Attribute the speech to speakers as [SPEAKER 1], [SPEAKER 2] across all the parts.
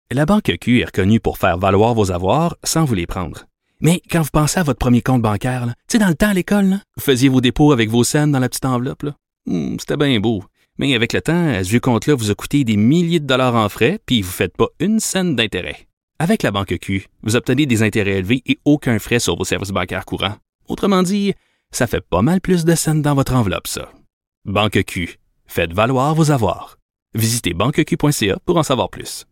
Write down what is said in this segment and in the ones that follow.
[SPEAKER 1] La Banque Q est reconnue pour faire valoir vos avoirs sans vous les prendre. Mais quand vous pensez à votre premier compte bancaire, tu sais, dans le temps à l'école, là, vous faisiez vos dépôts avec vos scènes dans la petite enveloppe. Là. C'était bien beau. Mais avec le temps, ce vieux compte-là vous a coûté des milliers de dollars en frais, puis vous ne faites pas une scène d'intérêt. Avec la Banque Q, vous obtenez des intérêts élevés et aucun frais sur vos services bancaires courants. Autrement dit, ça fait pas mal plus de scènes dans votre enveloppe, ça. Banque Q. Faites valoir vos avoirs. Visitez banqueq.ca pour en savoir plus.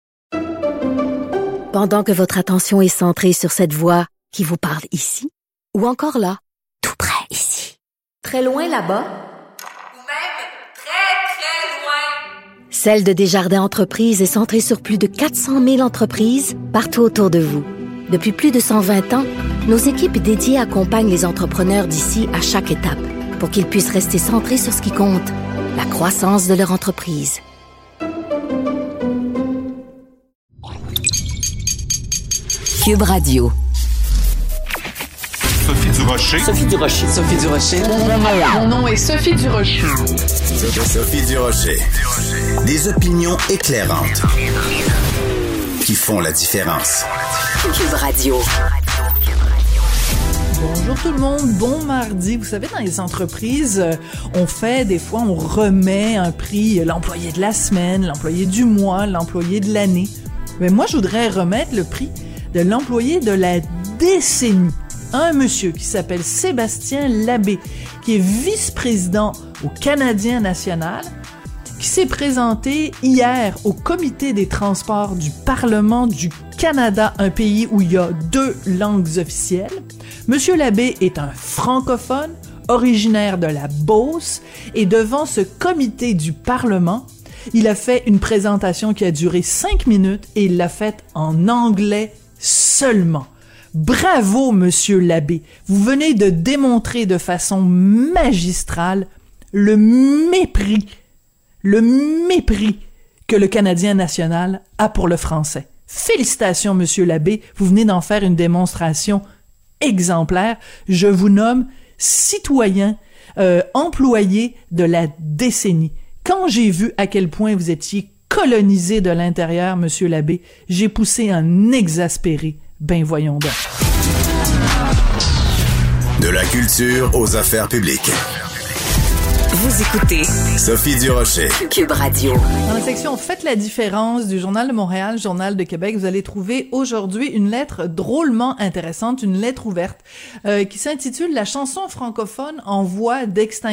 [SPEAKER 2] Pendant que votre attention est centrée sur cette voix qui vous parle ici, ou encore là, tout près ici, très loin là-bas,
[SPEAKER 3] ou même très, très loin.
[SPEAKER 2] Celle de Desjardins Entreprises est centrée sur plus de 400 000 entreprises partout autour de vous. Depuis plus de 120 ans, nos équipes dédiées accompagnent les entrepreneurs d'ici à chaque étape pour qu'ils puissent rester centrés sur ce qui compte, la croissance de leur entreprise.
[SPEAKER 4] Cube Radio.
[SPEAKER 5] Sophie Durocher.
[SPEAKER 4] Sophie Durocher. Sophie Durocher.
[SPEAKER 6] Mon nom est Sophie Durocher.
[SPEAKER 5] Sophie Durocher. Des opinions éclairantes qui font la différence.
[SPEAKER 4] Cube Radio.
[SPEAKER 6] Bonjour tout le monde, bon mardi. Vous savez, dans les entreprises, on remet un prix, l'employé de la semaine, l'employé du mois, l'employé de l'année. Mais moi, je voudrais remettre le prix de l'employé de la décennie. Un monsieur qui s'appelle Sébastien Labbé, qui est vice-président au Canadien national, qui s'est présenté hier au Comité des transports du Parlement du Canada, un pays où il y a 2 langues officielles. Monsieur Labbé est un francophone, originaire de la Beauce, et devant ce comité du Parlement, il a fait une présentation qui a duré 5 minutes et il l'a faite en anglais seulement. Bravo, Monsieur Labbé. Vous venez de démontrer de façon magistrale le mépris que le Canadien national a pour le français. Félicitations, Monsieur Labbé. Vous venez d'en faire une démonstration exemplaire. Je vous nomme citoyen, employé de la décennie. Quand j'ai vu à quel point vous étiez colonisé de l'intérieur, Monsieur Labbé, j'ai poussé un exaspéré. Ben voyons donc.
[SPEAKER 5] De la culture aux affaires publiques.
[SPEAKER 4] Vous écoutez
[SPEAKER 5] Sophie Durocher.
[SPEAKER 4] Cube Radio.
[SPEAKER 6] Dans la section Faites la différence du Journal de Montréal, Journal de Québec, vous allez trouver aujourd'hui une lettre drôlement intéressante, une lettre ouverte, qui s'intitule « La chanson francophone en voie d'extinction ».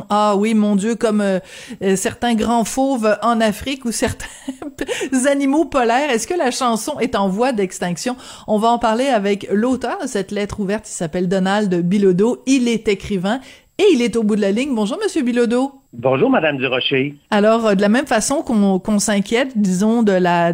[SPEAKER 6] Ah oui, mon Dieu, comme certains grands fauves en Afrique ou certains animaux polaires, est-ce que la chanson est en voie d'extinction? On va en parler avec l'auteur de cette lettre ouverte, il s'appelle Donald Bilodeau, il est écrivain. Et il est au bout de la ligne. Bonjour, Monsieur Bilodeau.
[SPEAKER 7] Bonjour, Madame Durocher.
[SPEAKER 6] Alors, de la même façon qu'on s'inquiète, disons, de la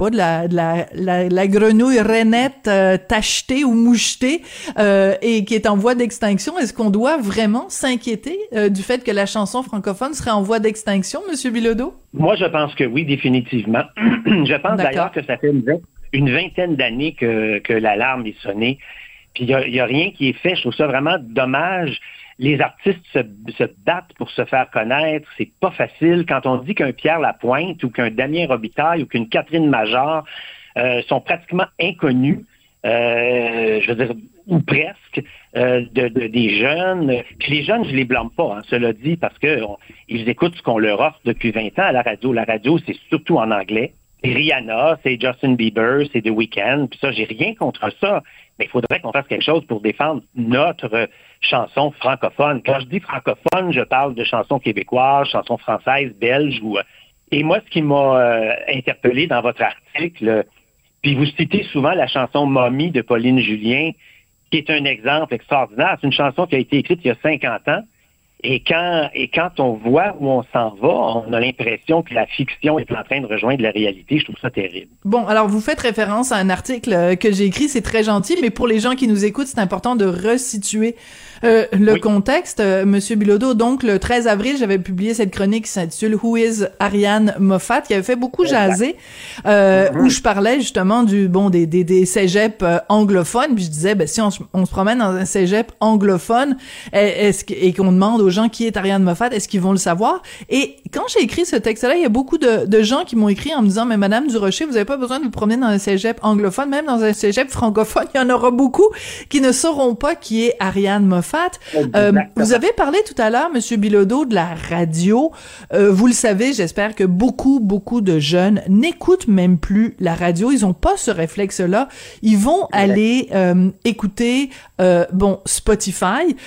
[SPEAKER 6] grenouille rainette tachetée ou mouchetée et qui est en voie d'extinction, est-ce qu'on doit vraiment s'inquiéter du fait que la chanson francophone serait en voie d'extinction, Monsieur Bilodeau?
[SPEAKER 7] Moi, je pense que oui, définitivement. Je pense d'ailleurs que ça fait une vingtaine d'années que l'alarme est sonnée. Puis il y a rien qui est fait. Je trouve ça vraiment dommage. Les artistes se battent pour se faire connaître. C'est pas facile. Quand on dit qu'un Pierre Lapointe ou qu'un Damien Robitaille ou qu'une Catherine Major sont pratiquement inconnus, je veux dire, ou presque, des jeunes. Puis les jeunes, je les blâme pas, hein, cela dit, parce que ils écoutent ce qu'on leur offre depuis 20 ans à la radio. La radio, c'est surtout en anglais. C'est Rihanna, c'est Justin Bieber, c'est The Weeknd. Puis ça, j'ai rien contre ça. Mais il faudrait qu'on fasse quelque chose pour défendre notre chanson francophone. Quand je dis francophone, je parle de chansons québécoises, chansons françaises, belges. Et moi, ce qui m'a interpellé dans votre article, puis vous citez souvent la chanson Mommy de Pauline Julien, qui est un exemple extraordinaire. C'est une chanson qui a été écrite il y a 50 ans. Et quand on voit où on s'en va, on a l'impression que la fiction est en train de rejoindre la réalité. Je trouve ça terrible.
[SPEAKER 6] Bon, alors vous faites référence à un article que j'ai écrit, c'est très gentil, mais pour les gens qui nous écoutent, c'est important de resituer le contexte. Monsieur Bilodeau, donc le 13 avril, j'avais publié cette chronique qui s'intitule « Who is Ariane Moffat » qui avait fait beaucoup jaser, où je parlais justement des cégeps anglophones, puis je disais, si on se promène dans un cégep anglophone, et qu'on demande aux gens qui est Ariane Moffat, est-ce qu'ils vont le savoir? Et quand j'ai écrit ce texte-là, il y a beaucoup de gens qui m'ont écrit en me disant, mais Madame Durocher, vous avez pas besoin de vous promener dans un cégep anglophone, même dans un cégep francophone, il y en aura beaucoup qui ne sauront pas qui est Ariane Moffat. Vous avez parlé tout à l'heure, Monsieur Bilodeau, de la radio. Vous le savez, j'espère que beaucoup de jeunes n'écoutent même plus la radio. Ils ont pas ce réflexe-là. Ils vont aller écouter Spotify.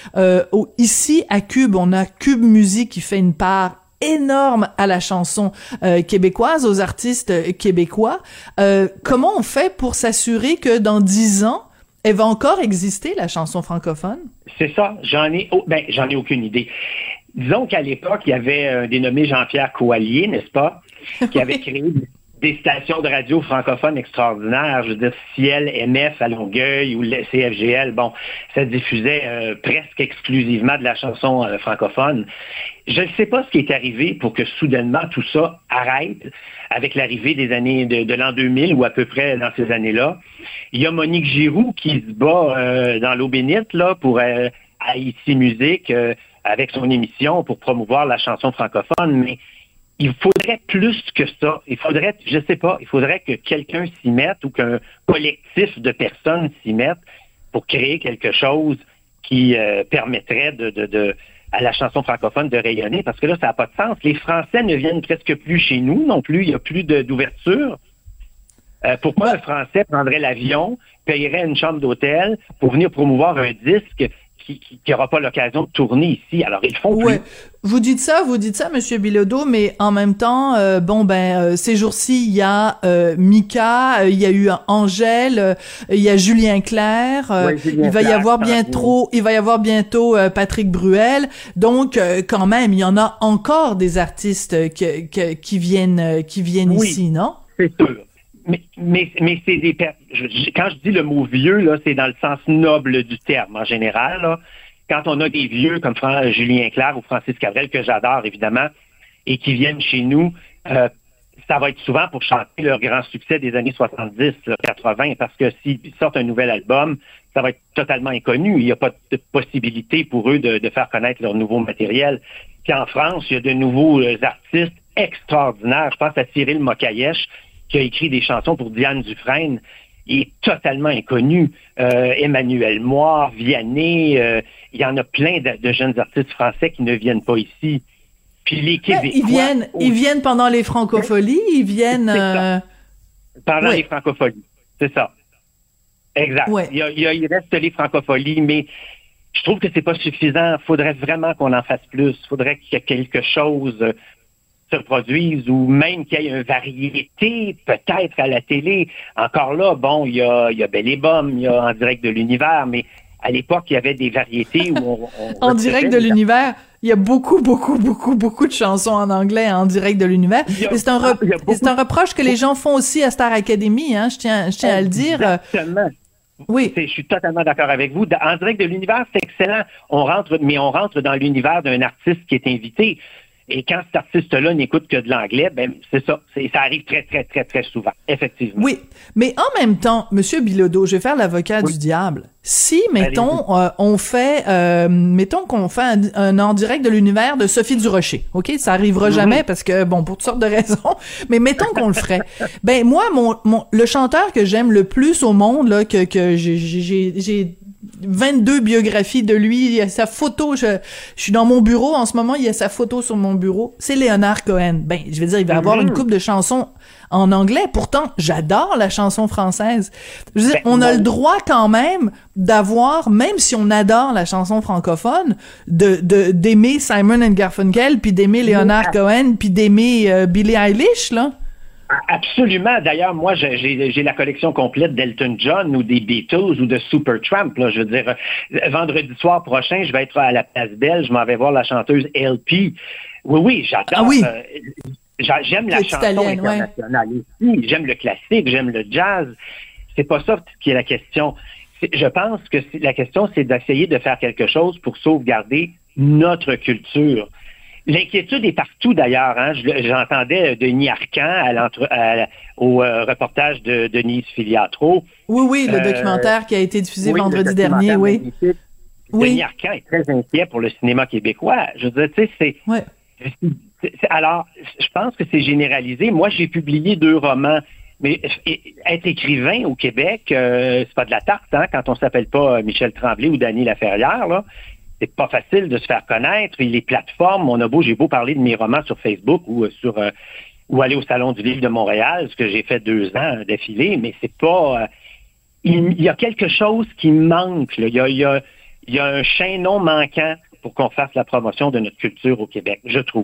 [SPEAKER 6] Ici à Cube, on a Cube Musique qui fait une part énorme à la chanson québécoise, aux artistes québécois. Comment on fait pour s'assurer que dans 10 ans, elle va encore exister, la chanson francophone?
[SPEAKER 7] C'est ça. J'en ai aucune idée. Disons qu'à l'époque, il y avait un dénommé Jean-Pierre Coallier, n'est-ce pas, qui avait créé des stations de radio francophones extraordinaires. Je veux dire, Ciel, MF à Longueuil ou le CFGL, bon, ça diffusait presque exclusivement de la chanson francophone. Je ne sais pas ce qui est arrivé pour que soudainement tout ça arrête avec l'arrivée des années de l'an 2000 ou à peu près dans ces années-là. Il y a Monique Giroux qui se bat dans l'eau bénite là, pour à Ici Musique avec son émission pour promouvoir la chanson francophone, mais il faudrait plus que ça. Il faudrait que quelqu'un s'y mette ou qu'un collectif de personnes s'y mette pour créer quelque chose qui permettrait à la chanson francophone de rayonner, parce que là, ça n'a pas de sens. Les Français ne viennent presque plus chez nous non plus. Il n'y a plus d'ouverture. Pourquoi un Français prendrait l'avion, payerait une chambre d'hôtel pour venir promouvoir un disque qui n'aura pas l'occasion de tourner ici? Alors, ils font plus.
[SPEAKER 6] Vous dites ça, Monsieur Bilodeau, mais en même temps, ces jours-ci, il y a Mika, il y a eu Angèle, il y a Julien Clerc, il va y avoir bientôt Patrick Bruel. Donc, quand même, il y en a encore des artistes qui viennent ici, non?
[SPEAKER 7] C'est sûr. Mais c'est quand je dis le mot vieux, là, c'est dans le sens noble du terme en général. Là. Quand on a des vieux comme Julien Clerc ou Francis Cabrel, que j'adore évidemment, et qui viennent chez nous, ça va être souvent pour chanter leur grand succès des années 70, 80, parce que s'ils sortent un nouvel album, ça va être totalement inconnu. Il n'y a pas de possibilité pour eux de faire connaître leur nouveau matériel. Puis en France, il y a de nouveaux artistes extraordinaires. Je pense à Cyril Mokayesh, qui a écrit des chansons pour Diane Dufresne, il est totalement inconnu. Emmanuel Moir, Vianney, il y en a plein de jeunes artistes français qui ne viennent pas ici. Puis les Québécois...
[SPEAKER 6] Ils viennent pendant les francopholies, ils viennent...
[SPEAKER 7] Pendant les francopholies, c'est ça. Exact. Ouais. Il reste les francopholies, mais je trouve que c'est pas suffisant. Il faudrait vraiment qu'on en fasse plus. Il faudrait qu'il y ait quelque chose... se produisent, ou même qu'il y ait une variété peut-être à la télé. Encore là, bon, il y a Belle et Bomme, il y a En direct de l'univers, mais à l'époque, il y avait des variétés où on
[SPEAKER 6] En direct de l'univers, il y a beaucoup de chansons en anglais En direct de l'univers. C'est un reproche que les gens font aussi à Star Academy, hein, je tiens à le dire.
[SPEAKER 7] Exactement. Oui. Je suis totalement d'accord avec vous. En direct de l'univers, c'est excellent. On rentre dans l'univers d'un artiste qui est invité. Et quand cet artiste-là n'écoute que de l'anglais, ben c'est ça. Ça arrive très, très, très, très souvent, effectivement.
[SPEAKER 6] Oui, mais en même temps, Monsieur Bilodeau, je vais faire l'avocat du diable. Si, mettons, qu'on fait un En direct de l'univers de Sophie Durocher, OK? Ça arrivera jamais parce que, bon, pour toutes sortes de raisons, mais mettons qu'on le ferait. Ben, moi, le chanteur que j'aime le plus au monde, là, que j'ai 22 biographies de lui, il y a sa photo, je suis dans mon bureau en ce moment, il y a sa photo sur mon bureau, c'est Leonard Cohen. Ben, je veux dire, il va avoir une couple de chansons en anglais, pourtant, j'adore la chanson française. Je veux dire, on a le droit quand même d'avoir, même si on adore la chanson francophone, d'aimer Simon & Garfunkel, puis d'aimer Leonard Cohen, puis d'aimer Billie Eilish, là.
[SPEAKER 7] Absolument. D'ailleurs, moi, j'ai la collection complète d'Elton John ou des Beatles ou de Supertramp. Là, je veux dire, vendredi soir prochain, je vais être à la Place Belle. Je m'en vais voir la chanteuse LP. Oui, j'adore.
[SPEAKER 6] Ah oui.
[SPEAKER 7] J'aime la chanson internationale ici. J'aime le classique, j'aime le jazz. C'est pas ça qui est la question. Je pense que la question, c'est d'essayer de faire quelque chose pour sauvegarder notre culture. L'inquiétude est partout, d'ailleurs. Hein. J'entendais Denis Arcand au reportage de Denise Filiatro.
[SPEAKER 6] Oui, le documentaire qui a été diffusé vendredi dernier, oui.
[SPEAKER 7] Denis Arcand est très inquiet pour le cinéma québécois. Je veux dire, tu sais, c'est...
[SPEAKER 6] Ouais.
[SPEAKER 7] Alors, je pense que c'est généralisé. Moi, j'ai publié 2 romans. Mais être écrivain au Québec, c'est pas de la tarte, hein, quand on s'appelle pas Michel Tremblay ou Dany Laferrière, là. C'est pas facile de se faire connaître. Et les plateformes, j'ai beau parler de mes romans sur Facebook ou ou aller au Salon du Livre de Montréal, ce que j'ai fait 2 ans d'affilée, mais c'est pas... il y a quelque chose qui manque, là. Il y a un chaînon manquant pour qu'on fasse la promotion de notre culture au Québec, je trouve.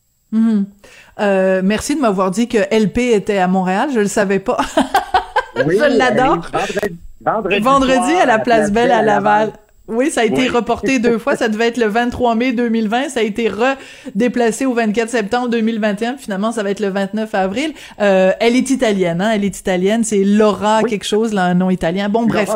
[SPEAKER 6] Merci de m'avoir dit que LP était à Montréal, je le savais pas.
[SPEAKER 7] Oui,
[SPEAKER 6] je l'adore. Vendredi à la Place Belle à Laval. Oui, ça a été reporté 2 fois. Ça devait être le 23 mai 2020. Ça a été redéplacé au 24 septembre 2021. Finalement, ça va être le 29 avril. Elle est italienne, hein. Elle est italienne. C'est Laura quelque chose, là, un nom italien. Bon, bref.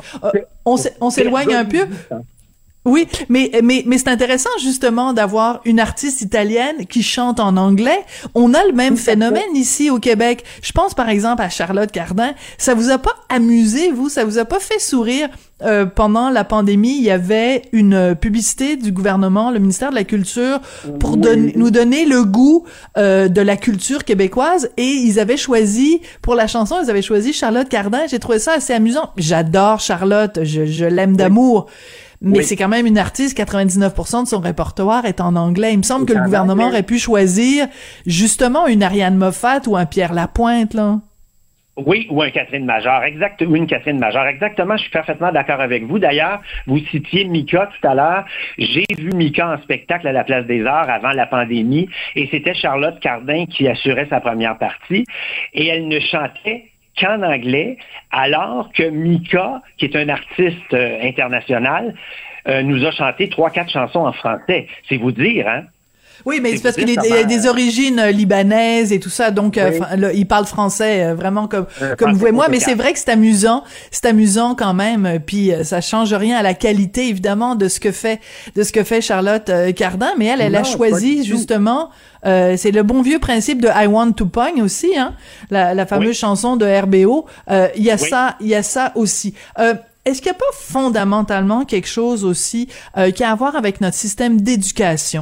[SPEAKER 6] On s'éloigne un peu. Oui, mais c'est intéressant justement d'avoir une artiste italienne qui chante en anglais. On a le même phénomène ici au Québec. Je pense par exemple à Charlotte Cardin. Ça vous a pas amusé, vous? Ça vous a pas fait sourire? Pendant la pandémie, il y avait une publicité du gouvernement, le ministère de la Culture, pour nous donner le goût de la culture québécoise, et ils avaient choisi, pour la chanson, ils avaient choisi Charlotte Cardin. J'ai trouvé ça assez amusant. J'adore Charlotte, je l'aime d'amour. Mais c'est quand même une artiste, 99% de son répertoire est en anglais. Il me semble que le gouvernement aurait pu choisir justement une Ariane Moffat ou un Pierre Lapointe, là.
[SPEAKER 7] Oui, ou un Catherine Major, ou une Catherine Major. Exactement, je suis parfaitement d'accord avec vous. D'ailleurs, vous citiez Mika tout à l'heure. J'ai vu Mika en spectacle à la Place des Arts avant la pandémie, et c'était Charlotte Cardin qui assurait sa première partie, et elle ne chantait qu'en anglais, alors que Mika, qui est un artiste international, nous a chanté 3-4 chansons en français. C'est vous dire, hein?
[SPEAKER 6] Oui, mais c'est parce qu'il a des origines libanaises et tout ça, donc il parle français vraiment comme vous et moi, mais c'est vrai que c'est amusant quand même, puis ça change rien à la qualité évidemment de ce que fait Charlotte Cardin, mais elle a choisi justement c'est le bon vieux principe de I Want to Pong aussi, hein, la fameuse chanson de RBO. Il y a ça aussi. Est-ce qu'il n'y a pas fondamentalement quelque chose aussi qui a à voir avec notre système d'éducation?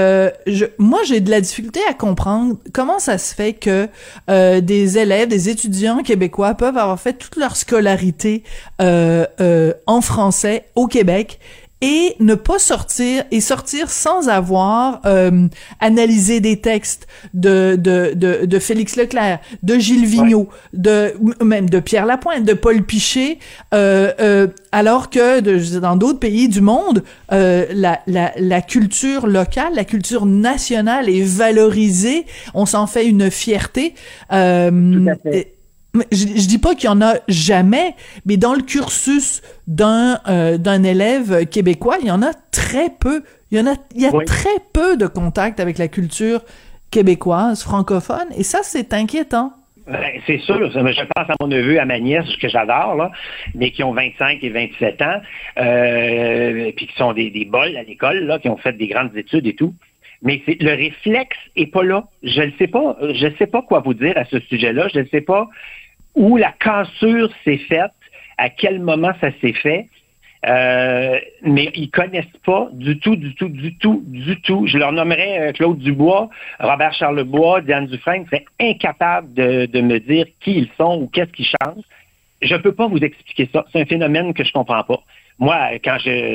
[SPEAKER 6] Moi, j'ai de la difficulté à comprendre comment ça se fait que des élèves, des étudiants québécois peuvent avoir fait toute leur scolarité en français au Québec et ne pas sortir sans avoir analysé des textes de Félix Leclerc, de Gilles Vigneault, même de Pierre Lapointe, de Paul Piché, alors que dans d'autres pays du monde, la culture locale, la culture nationale est valorisée, on s'en fait une fierté. Tout à fait. Je dis pas qu'il y en a jamais, mais dans le cursus d'un élève québécois, il y en a très peu. Il y a très peu de contact avec la culture québécoise, francophone, et ça, c'est inquiétant.
[SPEAKER 7] C'est sûr. Je pense à mon neveu, à ma nièce, que j'adore, là, mais qui ont 25 et 27 ans, puis qui sont des bols à l'école, là, qui ont fait des grandes études et tout. Mais le réflexe est pas là. Je ne sais pas quoi vous dire à ce sujet-là. Je ne sais pas où la cassure s'est faite, à quel moment ça s'est fait. Mais ils connaissent pas du tout. Je leur nommerais Claude Dubois, Robert Charlebois, Diane Dufresne, c'est incapable de me dire qui ils sont ou qu'est-ce qu'ils chantent. Je peux pas vous expliquer ça. C'est un phénomène que je comprends pas. Moi, quand j'ai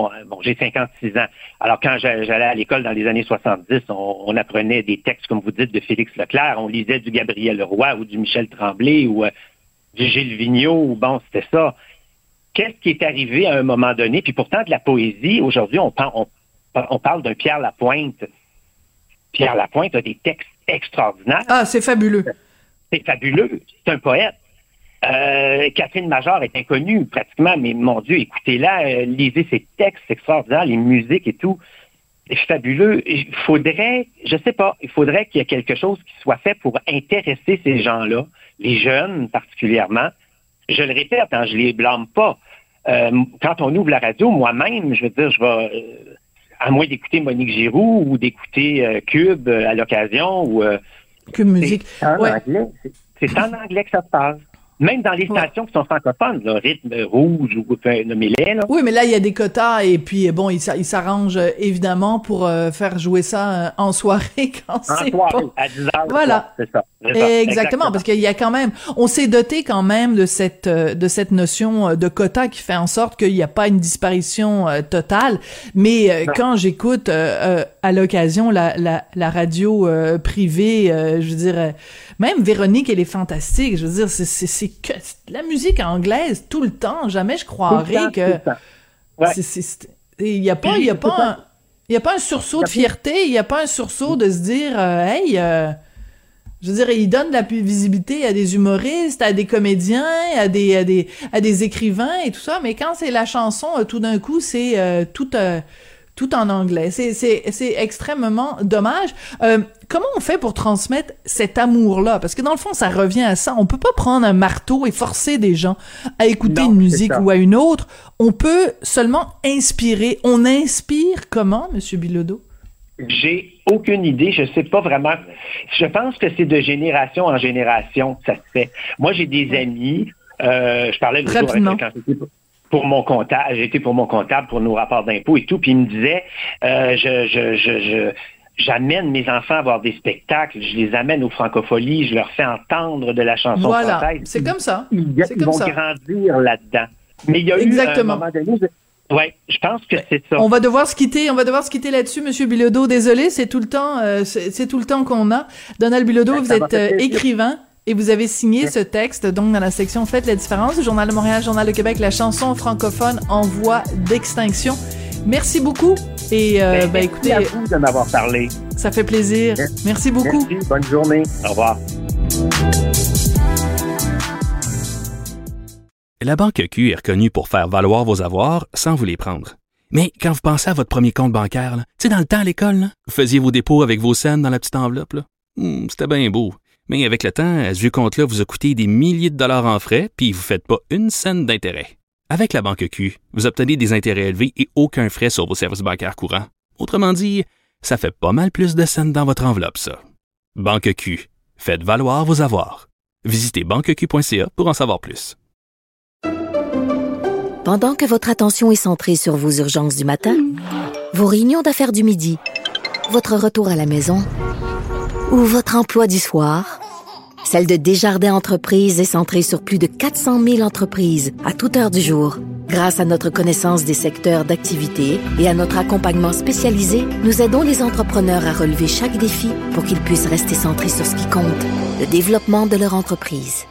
[SPEAKER 7] 56 ans. Alors, quand j'allais à l'école dans les années 70, on apprenait des textes, comme vous dites, de Félix Leclerc. On lisait du Gabriel Roy ou du Michel Tremblay ou du Gilles Vigneault. Ou bon, c'était ça. Qu'est-ce qui est arrivé à un moment donné? Puis pourtant, de la poésie, aujourd'hui, on parle d'un Pierre Lapointe. Pierre Lapointe a des textes extraordinaires.
[SPEAKER 6] Ah, c'est fabuleux.
[SPEAKER 7] C'est fabuleux. C'est un poète. Catherine Major est inconnue pratiquement, mais mon Dieu, écoutez-la, lisez ses textes extraordinaires, les musiques et tout. C'est fabuleux. Il faudrait qu'il y ait quelque chose qui soit fait pour intéresser ces gens-là, les jeunes particulièrement. Je le répète, hein, je les blâme pas. Quand on ouvre la radio, moi-même, je veux dire, je vais, à moins d'écouter Monique Giroux ou d'écouter Cube à l'occasion ou
[SPEAKER 6] Cube Musique.
[SPEAKER 7] C'est en anglais que ça se passe. Même dans les stations qui sont francophones, là, Rythme Rouge ou nommez-les, là.
[SPEAKER 6] Oui, mais là, il y a des quotas et puis, bon, ils s'arrangent évidemment pour faire jouer ça en soirée quand c'est pas...
[SPEAKER 7] à 10 heures.
[SPEAKER 6] Voilà.
[SPEAKER 7] C'est ça.
[SPEAKER 6] Exactement, parce qu'il y a quand même... On s'est doté quand même de cette notion de quota qui fait en sorte qu'il n'y a pas une disparition totale. Mais quand j'écoute à l'occasion la radio privée, je veux dire... Même Véronique, elle est fantastique. Je veux dire, c'est que la musique anglaise tout le temps. Jamais je croirais que il y a pas un sursaut de fierté. Il y a pas un sursaut de se dire, hey, je veux dire, il donne de la visibilité à des humoristes, à des comédiens, à des écrivains et tout ça. Mais quand c'est la chanson, tout d'un coup, c'est tout en anglais. C'est extrêmement dommage. Comment on fait pour transmettre cet amour-là? Parce que dans le fond, ça revient à ça. On peut pas prendre un marteau et forcer des gens à écouter une musique ou à une autre. On peut seulement inspirer. On inspire comment, Monsieur Bilodeau?
[SPEAKER 7] J'ai aucune idée. Je sais pas vraiment. Je pense que c'est de génération en génération que ça se fait. Moi, j'ai des amis. Je parlais l'autre jour avec quelqu'un pour mon comptable. J'étais pour mon comptable pour nos rapports d'impôts et tout. Puis il me disait, j'amène mes enfants à voir des spectacles, je les amène aux francopholies, je leur fais entendre de la chanson française.
[SPEAKER 6] C'est comme ça.
[SPEAKER 7] Ils vont grandir là-dedans. Mais il y a eu un moment donné... Oui, je pense que c'est ça.
[SPEAKER 6] On va devoir se quitter là-dessus, Monsieur Bilodeau. Désolé, c'est tout le temps qu'on a. Donald Bilodeau, vous êtes écrivain. Et vous avez signé ce texte, donc, dans la section Faites la différence du Journal de Montréal, Journal de Québec, la chanson francophone en voie d'extinction. Merci beaucoup. Et, écoutez.
[SPEAKER 7] Merci à vous de m'avoir parlé.
[SPEAKER 6] Ça fait plaisir. Merci beaucoup.
[SPEAKER 7] Merci. Bonne journée. Au revoir.
[SPEAKER 1] La Banque Q est reconnue pour faire valoir vos avoirs sans vous les prendre. Mais quand vous pensez à votre premier compte bancaire, tu sais, dans le temps à l'école, là, vous faisiez vos dépôts avec vos scènes dans la petite enveloppe. Là. C'était bien beau. Mais avec le temps, ce vieux compte-là vous a coûté des milliers de dollars en frais, puis vous ne faites pas une scène d'intérêt. Avec la Banque Q, vous obtenez des intérêts élevés et aucun frais sur vos services bancaires courants. Autrement dit, ça fait pas mal plus de scènes dans votre enveloppe, ça. Banque Q, faites valoir vos avoirs. Visitez banqueq.ca pour en savoir plus.
[SPEAKER 2] Pendant que votre attention est centrée sur vos urgences du matin, vos réunions d'affaires du midi, votre retour à la maison ou votre emploi du soir, celle de Desjardins Entreprises est centrée sur plus de 400 000 entreprises à toute heure du jour. Grâce à notre connaissance des secteurs d'activité et à notre accompagnement spécialisé, nous aidons les entrepreneurs à relever chaque défi pour qu'ils puissent rester centrés sur ce qui compte, le développement de leur entreprise.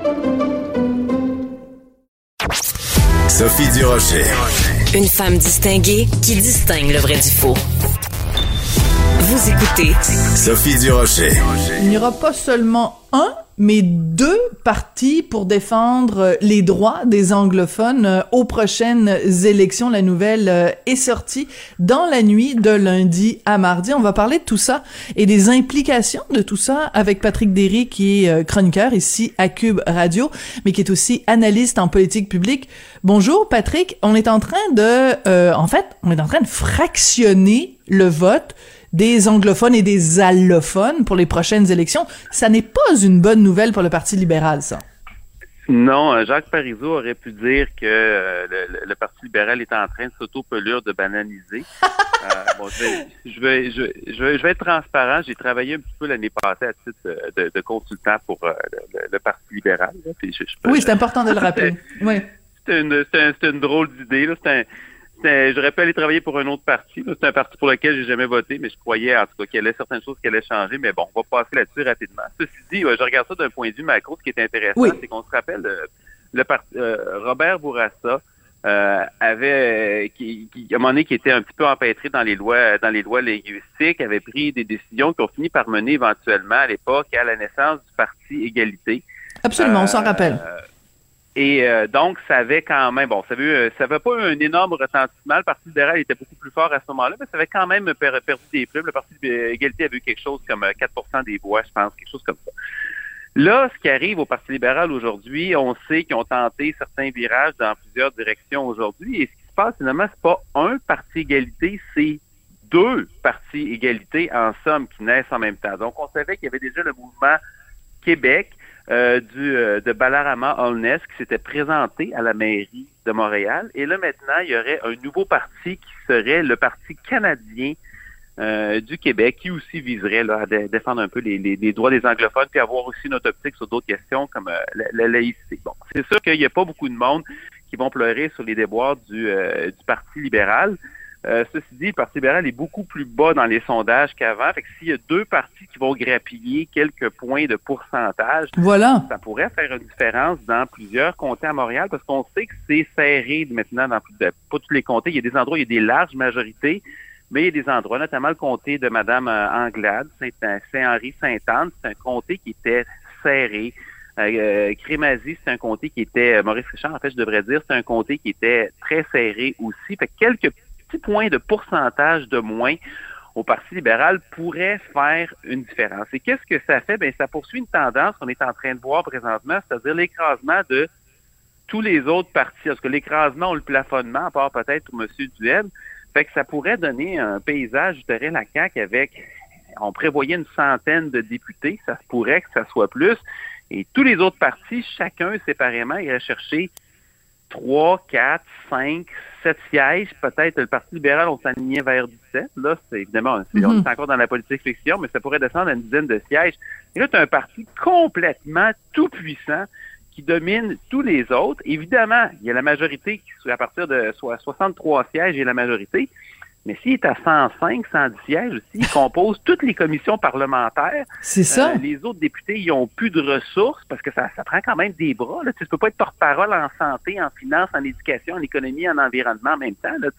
[SPEAKER 5] Sophie Durocher.
[SPEAKER 4] Une femme distinguée qui distingue le vrai du faux. Vous écoutez
[SPEAKER 5] Sophie Durocher.
[SPEAKER 6] Il n'y aura pas seulement un, mais deux partis pour défendre les droits des anglophones aux prochaines élections. La nouvelle est sortie dans la nuit de lundi à mardi. On va parler de tout ça et des implications de tout ça avec Patrick Derry, qui est chroniqueur ici à Cube Radio, mais qui est aussi analyste en politique publique. Bonjour Patrick, on est en train de fractionner le vote des anglophones et des allophones pour les prochaines élections. Ça n'est pas une bonne nouvelle pour le Parti libéral, ça.
[SPEAKER 8] Non, Jacques Parizeau aurait pu dire que le Parti libéral est en train de s'auto-pelure de bananiser. Je vais être transparent. J'ai travaillé un petit peu l'année passée à titre de consultant pour le Parti libéral. Là, puis
[SPEAKER 6] oui, c'est important de le rappeler. Oui.
[SPEAKER 8] C'est une drôle d'idée. Là. J'aurais pu aller travailler pour un autre parti. C'est un parti pour lequel j'ai jamais voté, mais je croyais en tout cas qu'il y avait certaines choses qui allaient changer. Mais bon, on va passer là-dessus rapidement. Ceci dit, je regarde ça d'un point de vue macro. Ce qui est intéressant, c'est qu'on se rappelle le parti Robert Bourassa avait qui à un moment donné qui était un petit peu empêtré dans les lois linguistiques, avait pris des décisions qui ont fini par mener éventuellement à l'époque à la naissance du Parti Égalité.
[SPEAKER 6] Absolument, on s'en rappelle.
[SPEAKER 8] Et donc, ça avait quand même, ça avait pas eu un énorme retentissement. Le Parti libéral était beaucoup plus fort à ce moment-là, mais ça avait quand même perdu des plumes. Le Parti Égalité avait eu quelque chose comme 4% des voix, je pense, quelque chose comme ça. Là, ce qui arrive au Parti libéral aujourd'hui, on sait qu'ils ont tenté certains virages dans plusieurs directions aujourd'hui. Et ce qui se passe, finalement, c'est pas un Parti Égalité, c'est deux partis Égalité, en somme, qui naissent en même temps. Donc, on savait qu'il y avait déjà le mouvement Québec, de Balarama Holness qui s'était présenté à la mairie de Montréal. Et là, maintenant, il y aurait un nouveau parti qui serait le Parti canadien du Québec, qui aussi viserait là, à défendre un peu les droits des anglophones, puis avoir aussi notre optique sur d'autres questions comme la laïcité. Bon, c'est sûr qu'il n'y a pas beaucoup de monde qui vont pleurer sur les déboires du Parti libéral. Ceci dit, le Parti libéral est beaucoup plus bas dans les sondages qu'avant. Fait que s'il y a deux partis qui vont grappiller quelques points de pourcentage,
[SPEAKER 6] voilà,
[SPEAKER 8] ça pourrait faire une différence dans plusieurs comtés à Montréal, parce qu'on sait que c'est serré maintenant dans pas tous les comtés. Il y a des endroits où il y a des larges majorités, mais il y a des endroits, notamment le comté de Mme Anglade, Saint-Henri-Sainte-Anne, c'est un comté qui était serré. Crémazie, c'est un comté qui était, Maurice Richard, en fait, je devrais dire, c'est un comté qui était très serré aussi. Fait que quelques petits points de pourcentage de moins au Parti libéral pourrait faire une différence. Et qu'est-ce que ça fait? Bien, ça poursuit une tendance qu'on est en train de voir présentement, c'est-à-dire l'écrasement de tous les autres partis. Parce que l'écrasement ou le plafonnement, à part peut-être pour M. Duhem, fait que ça pourrait donner un paysage, je dirais, la CAQ avec, on prévoyait une centaine de députés, ça se pourrait que ça soit plus. Et tous les autres partis, chacun séparément, irait chercher 3, 4, 5, 7 sièges. Peut-être le Parti libéral, on s'alignait vers 17. Là, c'est évidemment, on est encore dans la politique fiction, mais ça pourrait descendre à une dizaine de sièges. Et là, tu as un parti complètement tout puissant qui domine tous les autres. Évidemment, il y a la majorité qui, à partir de 63 sièges, il y a la majorité. Mais s'il est à 105, 110 sièges aussi, il compose toutes les commissions parlementaires.
[SPEAKER 6] C'est ça.
[SPEAKER 8] Les autres députés, ils n'ont plus de ressources parce que ça prend quand même des bras. Là. Tu ne peux pas être porte-parole en santé, en finance, en éducation, en économie, en environnement en même temps. Là,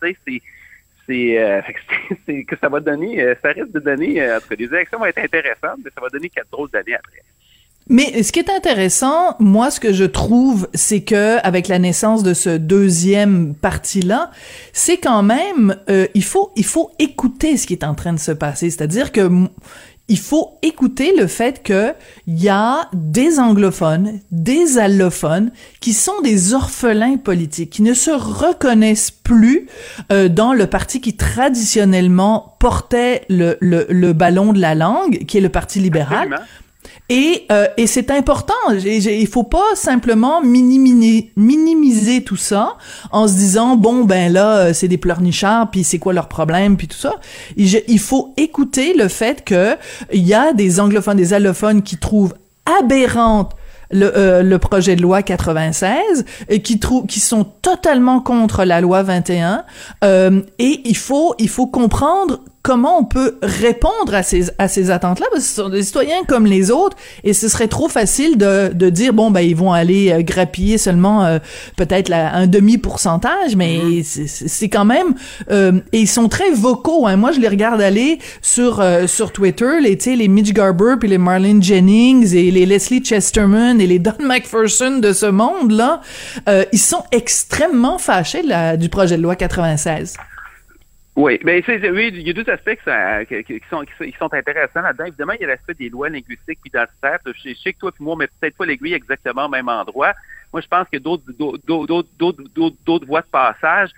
[SPEAKER 8] c'est que ça va donner, ça risque de donner, en tout cas, les élections vont être intéressantes, mais ça va donner 4 drôles d'années après.
[SPEAKER 6] Mais ce qui est intéressant, moi, ce que je trouve, c'est que avec la naissance de ce deuxième parti-là, c'est quand même, il faut écouter ce qui est en train de se passer. C'est-à-dire que il faut écouter le fait que il y a des anglophones, des allophones qui sont des orphelins politiques, qui ne se reconnaissent plus dans le parti qui traditionnellement portait le ballon de la langue, qui est le Parti libéral. Absolument. Et c'est important. Il faut pas simplement minimiser tout ça en se disant bon ben là c'est des pleurnichards puis c'est quoi leur problème puis tout ça. Il faut écouter le fait que il y a des anglophones, des allophones qui trouvent aberrante le projet de loi 96 et qui sont totalement contre la loi 21 et il faut comprendre comment on peut répondre à ces attentes-là, parce que ce sont des citoyens comme les autres, et ce serait trop facile de dire bon ben ils vont aller grappiller seulement peut-être un demi-pourcentage, mais c'est quand même et ils sont très vocaux. Hein. Moi je les regarde aller sur Twitter, les Mitch Garber puis les Marlene Jennings et les Leslie Chesterman et les Don McPherson de ce monde là, ils sont extrêmement fâchés du projet de loi 96.
[SPEAKER 8] Oui, mais oui, il y a deux aspects qui sont intéressants là-dedans. Évidemment, il y a l'aspect des lois linguistiques puis identitaires. Je sais que toi et moi, on met peut-être pas l'aiguille exactement au même endroit. Moi, je pense que d'autres voies de passage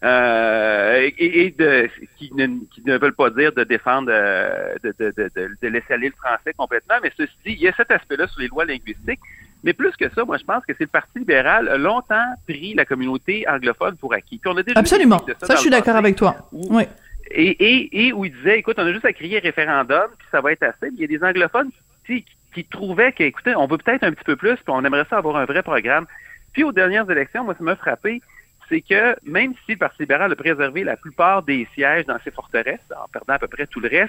[SPEAKER 8] qui ne veulent pas dire de défendre, de laisser aller le français complètement. Mais ceci dit, il y a cet aspect-là sur les lois linguistiques. Mais plus que ça, moi, je pense que c'est le Parti libéral a longtemps pris la communauté anglophone pour acquis. Puis on a déjà
[SPEAKER 6] absolument. Ça je suis d'accord avec toi. Oui.
[SPEAKER 8] Et où il disait, écoute, on a juste à crier référendum, puis ça va être assez. Puis il y a des anglophones qui trouvaient que, écoutez, on veut peut-être un petit peu plus, puis on aimerait ça avoir un vrai programme. Puis aux dernières élections, moi, ça m'a frappé, c'est que même si le Parti libéral a préservé la plupart des sièges dans ses forteresses, en perdant à peu près tout le reste,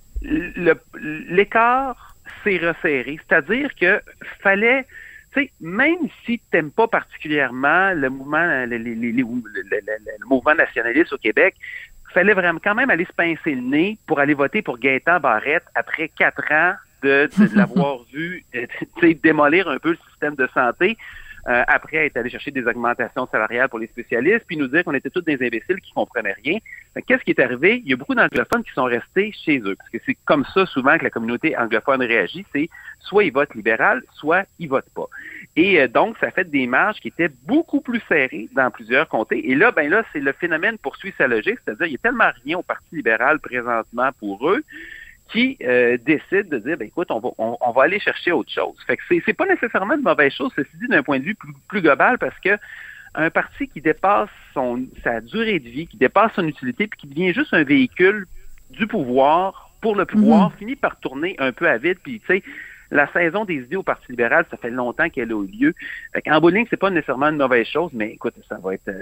[SPEAKER 8] l'écart s'est resserré. C'est-à-dire que fallait, tu sais, même si tu n'aimes pas particulièrement le mouvement, le mouvement nationaliste au Québec, fallait vraiment quand même aller se pincer le nez pour aller voter pour Gaétan Barrette après 4 ans de l'avoir vu démolir un peu le système de santé. Après être allé chercher des augmentations salariales pour les spécialistes, puis nous dire qu'on était tous des imbéciles qui comprenaient rien. Qu'est-ce qui est arrivé? Il y a beaucoup d'anglophones qui sont restés chez eux, parce que c'est comme ça souvent que la communauté anglophone réagit, c'est soit ils votent libéral, soit ils votent pas. Et donc, ça fait des marges qui étaient beaucoup plus serrées dans plusieurs comtés. Et là, c'est le phénomène poursuit sa logique, c'est-à-dire il y a tellement rien au Parti libéral présentement pour eux, qui décident de dire, écoute, on va aller chercher autre chose. Fait que c'est pas nécessairement une mauvaise chose, ceci dit, d'un point de vue plus global, parce que un parti qui dépasse sa durée de vie, qui dépasse son utilité, puis qui devient juste un véhicule du pouvoir pour le pouvoir, finit par tourner un peu à vide, puis tu sais, la saison des idées au Parti libéral, ça fait longtemps qu'elle a eu lieu. En bout de ligne, c'est pas nécessairement une mauvaise chose, mais écoute, ça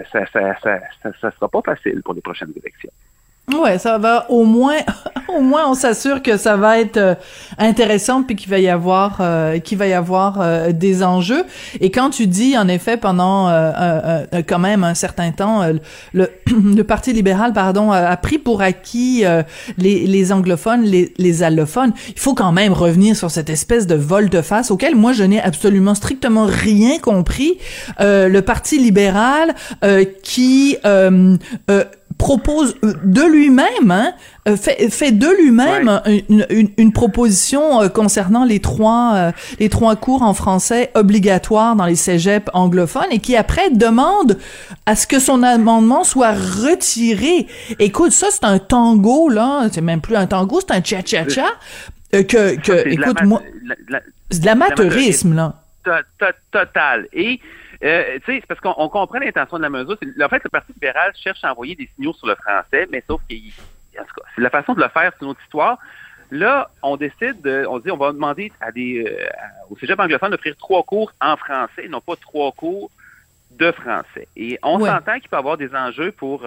[SPEAKER 8] sera pas facile pour les prochaines élections.
[SPEAKER 6] Ouais, ça va au moins on s'assure que ça va être intéressant puis qu'il va y avoir des enjeux. Et quand tu dis en effet pendant quand même un certain temps le Parti libéral a pris pour acquis les anglophones, les allophones, il faut quand même revenir sur cette espèce de volte-face auquel moi je n'ai absolument strictement rien compris. Le Parti libéral qui propose de lui-même, fait de lui-même une proposition concernant les trois cours en français obligatoires dans les cégeps anglophones et qui après demande à ce que son amendement soit retiré. Écoute, ça c'est un tango là, c'est même plus un tango, c'est un cha-cha-cha écoute moi, c'est de l'amateurisme là.
[SPEAKER 8] Total. Et tu sais, c'est parce qu'on comprend l'intention de la mesure. En fait, le Parti libéral cherche à envoyer des signaux sur le français, mais sauf que, en tout cas, c'est la façon de le faire, c'est une autre histoire. Là, on décide, on va demander au cégep anglophone d'offrir 3 cours en français, non pas 3 cours de français. Et on s'entend qu'il peut y avoir des enjeux pour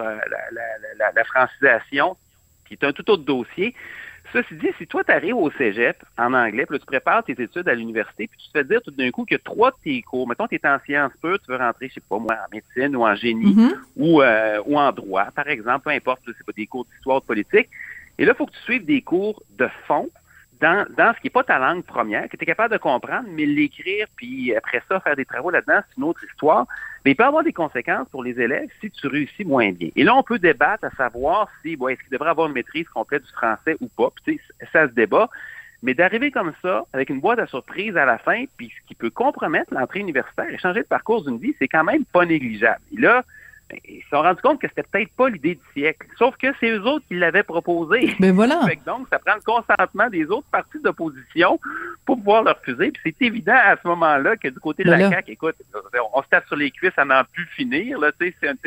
[SPEAKER 8] la francisation, qui est un tout autre dossier. Ceci dit, si toi, tu arrives au cégep en anglais, puis là, tu prépares tes études à l'université, puis tu te fais dire tout d'un coup que 3 de tes cours, mettons, tu es en sciences pures, tu veux rentrer, je sais pas moi, en médecine ou en génie, ou en droit, par exemple, peu importe, c'est pas des cours d'histoire, de politique. Et là, il faut que tu suives des cours de fond dans ce qui n'est pas ta langue première, que tu es capable de comprendre, mais l'écrire, puis après ça, faire des travaux là-dedans, c'est une autre histoire. Mais il peut y avoir des conséquences pour les élèves si tu réussis moins bien. Et là, on peut débattre à savoir si, est-ce qu'il devrait avoir une maîtrise complète du français ou pas. Puis, tu sais, ça se débat. Mais d'arriver comme ça, avec une boîte à surprise à la fin, puis ce qui peut compromettre l'entrée universitaire et changer le parcours d'une vie, c'est quand même pas négligeable. Et là, ils se sont rendus compte que c'était peut-être pas l'idée du siècle. Sauf que c'est eux autres qui l'avaient proposé.
[SPEAKER 6] Mais voilà.
[SPEAKER 8] Donc, ça prend le consentement des autres partis d'opposition pour pouvoir le refuser. Puis c'est évident à ce moment-là que du côté de la CAQ, écoute, on se tape sur les cuisses à n'en plus finir. Là,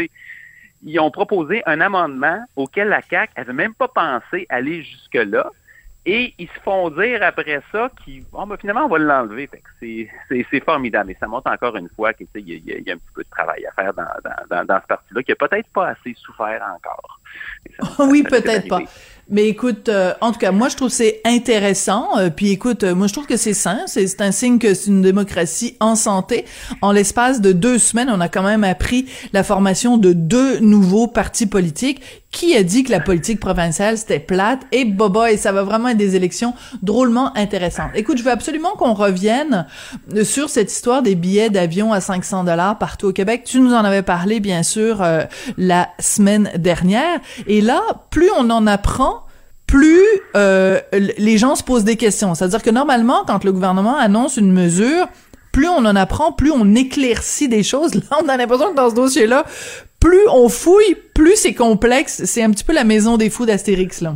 [SPEAKER 8] ils ont proposé un amendement auquel la CAQ n'avait même pas pensé aller jusque-là. Et ils se font dire après ça finalement, on va l'enlever. Fait que c'est formidable. Et ça montre encore une fois qu'il y a un petit peu de travail à faire dans ce parti-là, qui a peut-être pas assez souffert encore.
[SPEAKER 6] Oui, peut-être pas. Mais écoute, en tout cas, moi, je trouve que c'est intéressant. Puis écoute, moi, je trouve que c'est sain. C'est un signe que c'est une démocratie en santé. En l'espace de 2 semaines, on a quand même appris la formation de 2 nouveaux partis politiques. Qui a dit que la politique provinciale, c'était plate? Et et ça va vraiment être des élections drôlement intéressantes. Écoute, je veux absolument qu'on revienne sur cette histoire des billets d'avion à 500 $ partout au Québec. Tu nous en avais parlé, bien sûr, la semaine dernière. Et là, plus on en apprend, plus les gens se posent des questions. C'est-à-dire que normalement, quand le gouvernement annonce une mesure, plus on en apprend, plus on éclaircit des choses. Là, on a l'impression que dans ce dossier-là, plus on fouille, plus c'est complexe. C'est un petit peu la maison des fous d'Astérix, là.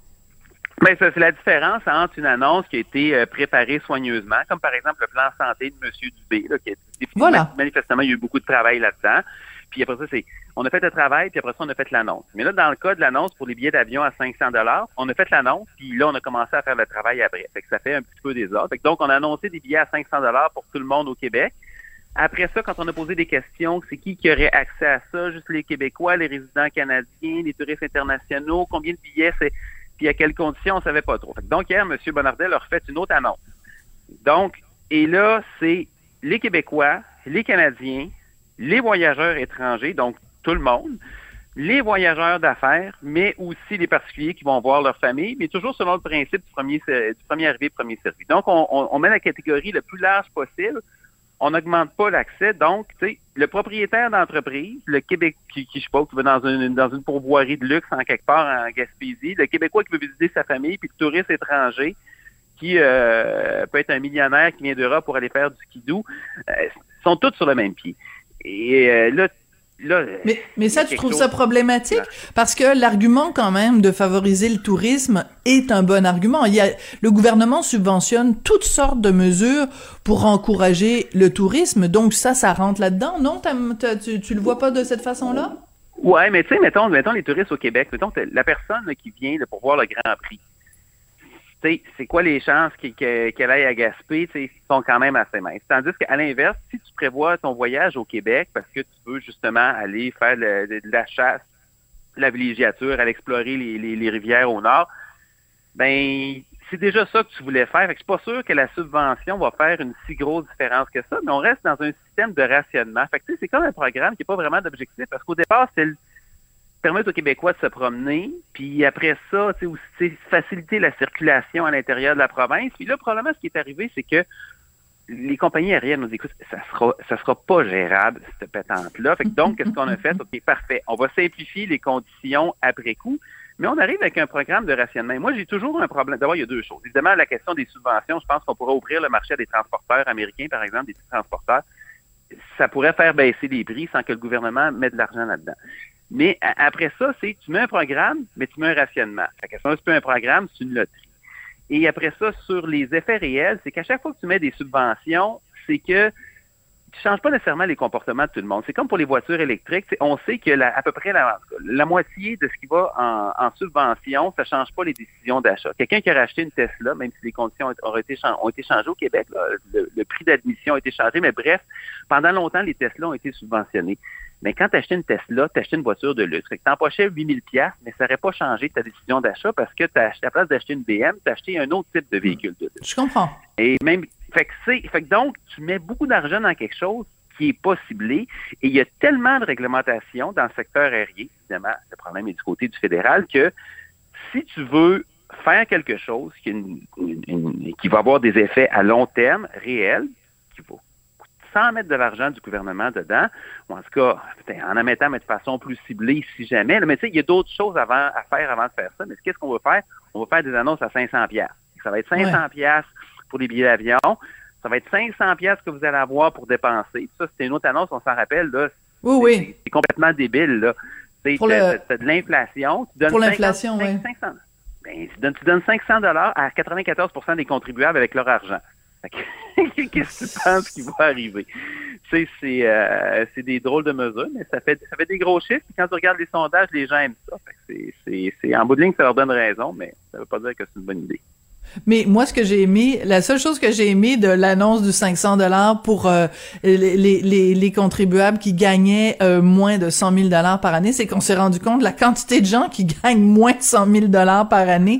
[SPEAKER 8] Mais ça, c'est la différence entre une annonce qui a été préparée soigneusement, comme par exemple le plan santé de M. Dubé, là, qui a défini, manifestement, il y a eu beaucoup de travail là-dedans. Puis après ça, on a fait le travail, puis après ça, on a fait l'annonce. Mais là, dans le cas de l'annonce pour les billets d'avion à 500 $, on a fait l'annonce, puis là, on a commencé à faire le travail après. Fait que ça fait un petit peu désordre. Fait que donc, on a annoncé des billets à 500 $ pour tout le monde au Québec. Après ça, quand on a posé des questions, c'est qui aurait accès à ça? Juste les Québécois, les résidents canadiens, les touristes internationaux, combien de billets c'est, puis à quelles conditions, on savait pas trop. Fait que donc, hier, M. Bonnardel a refait une autre annonce. Donc, et là, c'est les Québécois, les Canadiens, les voyageurs étrangers, donc tout le monde, les voyageurs d'affaires, mais aussi les particuliers qui vont voir leur famille, mais toujours selon le principe du premier arrivé, premier servi. Donc, on met la catégorie le plus large possible. On n'augmente pas l'accès. Donc, tu sais, le propriétaire d'entreprise, le Québec qui je sais pas, qui va dans une pourvoirie de luxe en quelque part en Gaspésie, le Québécois qui veut visiter sa famille, puis le touriste étranger qui peut être un millionnaire qui vient d'Europe pour aller faire du skidoo, sont tous sur le même pied. Et là,
[SPEAKER 7] là,
[SPEAKER 6] mais ça, tu trouves ça problématique? Parce que l'argument, quand même, de favoriser le tourisme est un bon argument. Le gouvernement subventionne toutes sortes de mesures pour encourager le tourisme, donc ça rentre là-dedans, non? Tu le vois pas de cette façon-là?
[SPEAKER 8] Ouais, mais tu sais, mettons les touristes au Québec, mettons la personne là, qui vient là, pour voir le Grand Prix. Tu sais, c'est quoi les chances qu'elle aille à Gaspé? Tu sais, sont quand même assez minces. Tandis qu'à l'inverse, si tu prévois ton voyage au Québec parce que tu veux justement aller faire de la chasse, la villégiature, aller explorer les rivières au nord, ben c'est déjà ça que tu voulais faire. Fait que je suis pas sûr que la subvention va faire une si grosse différence que ça, mais on reste dans un système de rationnement. Fait que tu sais, c'est comme un programme qui n'est pas vraiment d'objectif parce qu'au départ, c'est permettre aux Québécois de se promener, puis après ça, tu sais, aussi faciliter la circulation à l'intérieur de la province. Puis là, probablement, ce qui est arrivé, c'est que les compagnies aériennes nous disent, écoute, ça sera pas gérable, cette patente-là. Fait que donc, qu'est-ce qu'on a fait? OK, parfait. On va simplifier les conditions après coup, mais on arrive avec un programme de rationnement. Moi, j'ai toujours un problème. D'abord, il y a deux choses. Évidemment, la question des subventions, je pense qu'on pourrait ouvrir le marché à des transporteurs américains, par exemple, des petits transporteurs. Ça pourrait faire baisser les prix sans que le gouvernement mette de l'argent là-dedans. Mais après ça, tu mets un programme, mais tu mets un rationnement. Fait que si c'est pas un programme, c'est une loterie. Et après ça, sur les effets réels, c'est qu'à chaque fois que tu mets des subventions, c'est que tu changes pas nécessairement les comportements de tout le monde. C'est comme pour les voitures électriques. On sait que à peu près la moitié de ce qui va en subvention, ça change pas les décisions d'achat. Quelqu'un qui a racheté une Tesla, même si les conditions ont été changées au Québec, là, le prix d'admission a été changé, mais bref, pendant longtemps, les Tesla ont été subventionnés. Mais quand tu achetais une Tesla, tu achetais une voiture de luxe. Tu empochais 8 000 $, mais ça n'aurait pas changé ta décision d'achat parce que à la place d'acheter une BM, tu as acheté un autre type de véhicule de luxe.
[SPEAKER 6] Je comprends.
[SPEAKER 8] Et même, fait que donc, tu mets beaucoup d'argent dans quelque chose qui est pas ciblé. Et il y a tellement de réglementations dans le secteur aérien, évidemment, le problème est du côté du fédéral, que si tu veux faire quelque chose qui va avoir des effets à long terme, réels, qui va sans mettre de l'argent du gouvernement dedans, ou en tout cas, en mettant, mais de façon plus ciblée si jamais. Mais tu sais, il y a d'autres choses à faire avant de faire ça. Mais qu'est-ce qu'on va faire? On va faire des annonces à 500$. Ça va être 500$ pour les billets d'avion. Ça va être 500$ que vous allez avoir pour dépenser. Ça, c'était une autre annonce, on s'en rappelle. Là.
[SPEAKER 6] Oui.
[SPEAKER 8] C'est complètement débile. Là. T'as de l'inflation.
[SPEAKER 6] Pour l'inflation, oui.
[SPEAKER 8] Tu donnes 500$ à 94% des contribuables avec leur argent. Qu'est-ce que tu penses qui va arriver? C'est des drôles de mesures, mais ça fait des gros chiffres. Puis quand tu regardes les sondages, les gens aiment ça. C'est en bout de ligne, ça leur donne raison, mais ça veut pas dire que c'est une bonne idée.
[SPEAKER 6] Mais moi, la seule chose que j'ai aimé de l'annonce du 500$ pour les contribuables qui gagnaient moins de 100 000$ par année, c'est qu'on s'est rendu compte de la quantité de gens qui gagnent moins de 100 000$ par année.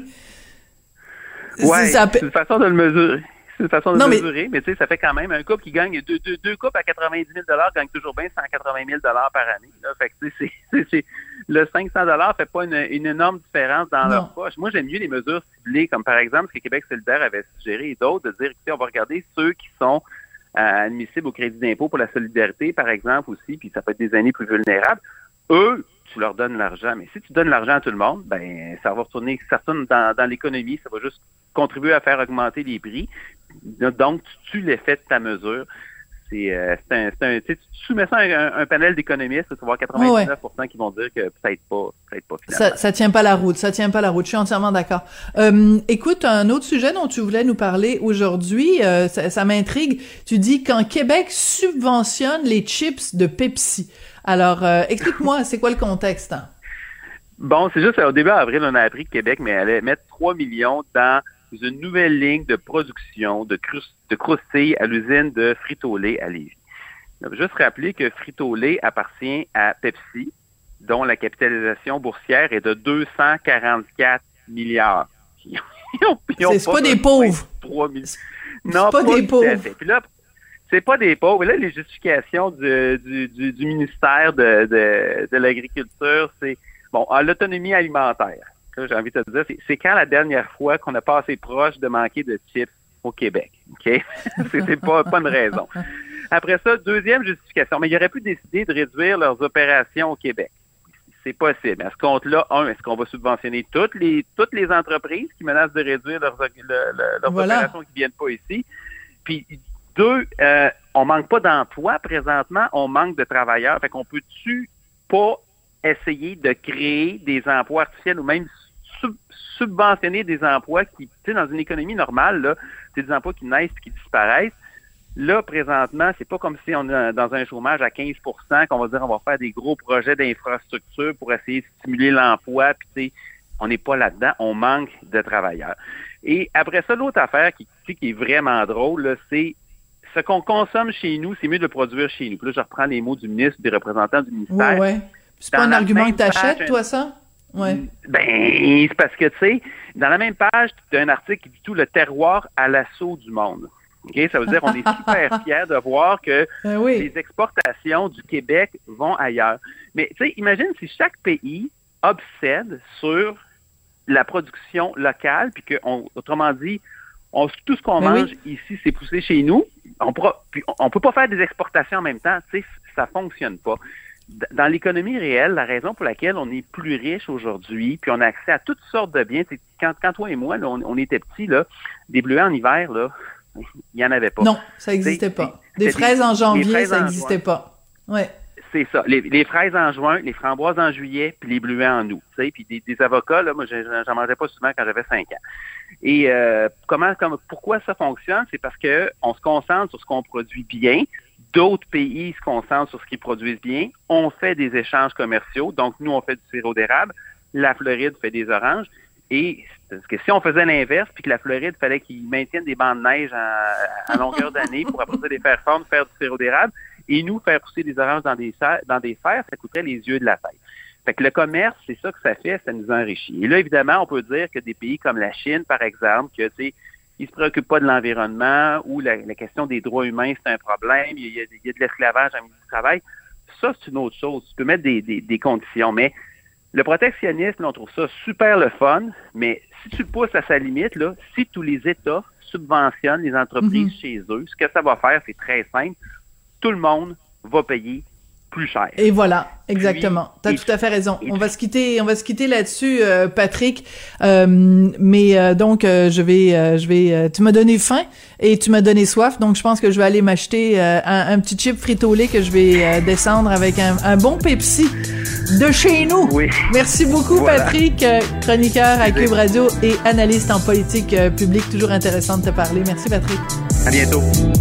[SPEAKER 8] Ouais, c'est une façon de le mesurer. C'est une façon de mesurer, mais tu sais, ça fait quand même un couple qui gagne deux couples à 90 000$ gagnent toujours bien 180 000$ par année. Là. Fait que c'est le 500$ fait pas une énorme différence dans leur poche. Moi, j'aime mieux les mesures ciblées, comme par exemple ce que Québec solidaire avait suggéré et d'autres, de dire, écoutez, on va regarder ceux qui sont admissibles au crédit d'impôt pour la solidarité, par exemple, aussi, puis ça peut être des années plus vulnérables. Eux, tu leur donnes l'argent. Mais si tu donnes l'argent à tout le monde, ben ça va retourner, ça retourne dans l'économie, ça va juste contribuer à faire augmenter les prix. Donc, tu tues l'effet de ta mesure. Tu soumets ça à un panel d'économistes, tu vas voir 99% qui vont dire que peut-être pas finalement.
[SPEAKER 6] Ça tient pas la route, je suis entièrement d'accord. Écoute, un autre sujet dont tu voulais nous parler aujourd'hui, ça m'intrigue. Tu dis quand Québec subventionne les chips de Pepsi. Alors, explique-moi, c'est quoi le contexte? Hein?
[SPEAKER 8] Bon, c'est juste, au début avril, on a appris que Québec allait mettre 3 millions dans une nouvelle ligne de production de croustilles à l'usine de Frito-Lay à Lévis. Je veux juste rappeler que Frito-Lay appartient à Pepsi, dont la capitalisation boursière est de 244 milliards.
[SPEAKER 6] C'est pas des pauvres.
[SPEAKER 8] 3 millions.
[SPEAKER 6] Non, pas des pauvres.
[SPEAKER 8] Puis là, c'est pas des pauvres. Et là, les justifications du ministère de l'Agriculture, c'est l'autonomie alimentaire. J'ai envie de te dire, c'est quand la dernière fois qu'on a passé proche de manquer de chips au Québec, OK? C'est pas une raison. Après ça, deuxième justification, mais il aurait pu décider de réduire leurs opérations au Québec. C'est possible. À ce compte-là, est-ce qu'on va subventionner toutes les entreprises qui menacent de réduire leurs opérations qui viennent pas ici? Puis, 2, on manque pas d'emploi présentement, on manque de travailleurs. Fait qu'on peut-tu pas essayer de créer des emplois artificiels ou même subventionner des emplois qui, tu sais, dans une économie normale, là, c'est des emplois qui naissent et qui disparaissent. Là, présentement, c'est pas comme si on est dans un chômage à 15 % qu'on va dire on va faire des gros projets d'infrastructure pour essayer de stimuler l'emploi, puis tu sais, on n'est pas là-dedans, on manque de travailleurs. Et après ça, l'autre affaire qui est vraiment drôle, là, c'est ce qu'on consomme chez nous, c'est mieux de le produire chez nous. Puis là, je reprends les mots du ministre, des représentants du ministère.
[SPEAKER 6] Ouais. C'est pas un argument que t'achètes, toi, ça? Ouais.
[SPEAKER 8] Ben, c'est parce que, tu sais, dans la même page, tu as un article qui dit tout le terroir à l'assaut du monde. Okay? Ça veut dire qu'on est super fiers de voir que les exportations du Québec vont ailleurs. Mais, tu sais, imagine si chaque pays obsède sur la production locale, puis que, autrement dit, tout ce qu'on mange ici, c'est poussé chez nous. On peut pas faire des exportations en même temps. Tu sais, ça fonctionne pas. Dans l'économie réelle, la raison pour laquelle on est plus riche aujourd'hui, puis on a accès à toutes sortes de biens, c'est quand toi et moi, là, on était petits, là, des bleuets en hiver, là, il n'y en avait pas.
[SPEAKER 6] Non, ça n'existait pas. Des fraises en janvier, ça n'existait pas. Ouais.
[SPEAKER 8] C'est ça. Les fraises en juin, les framboises en juillet, puis les bleuets en août. Puis des avocats, là, moi, j'en mangeais pas souvent quand j'avais 5 ans. Et pourquoi ça fonctionne? C'est parce que on se concentre sur ce qu'on produit bien. D'autres pays se concentrent sur ce qu'ils produisent bien. On fait des échanges commerciaux. Donc, nous, on fait du sirop d'érable. La Floride fait des oranges. Et parce que si on faisait l'inverse, puis que la Floride, fallait qu'ils maintiennent des bancs de neige à longueur d'année pour après ça les faire fondre, faire du sirop d'érable, et nous, faire pousser des oranges dans des serres, ça coûterait les yeux de la tête. Fait que le commerce, c'est ça que ça fait, ça nous enrichit. Et là, évidemment, on peut dire que des pays comme la Chine, par exemple, que, tu sais, ils se préoccupent pas de l'environnement ou la question des droits humains, c'est un problème, il y a de l'esclavage en milieu du travail. Ça, c'est une autre chose. Tu peux mettre des conditions, mais le protectionnisme, là, on trouve ça super le fun, mais si tu le pousses à sa limite, là, si tous les États subventionnent les entreprises chez eux, ce que ça va faire, c'est très simple. Tout le monde va payer plus cher.
[SPEAKER 6] Et voilà, exactement. T'as tout à fait raison. On va se quitter là-dessus, Patrick. Donc, je vais. Tu m'as donné faim et tu m'as donné soif, donc je pense que je vais aller m'acheter un petit chip frito-lait que je vais descendre avec un bon Pepsi de chez nous. Oui. Merci beaucoup, voilà. Patrick, chroniqueur à Cube Radio et analyste en politique publique. Toujours intéressant de te parler. Merci, Patrick.
[SPEAKER 8] À bientôt.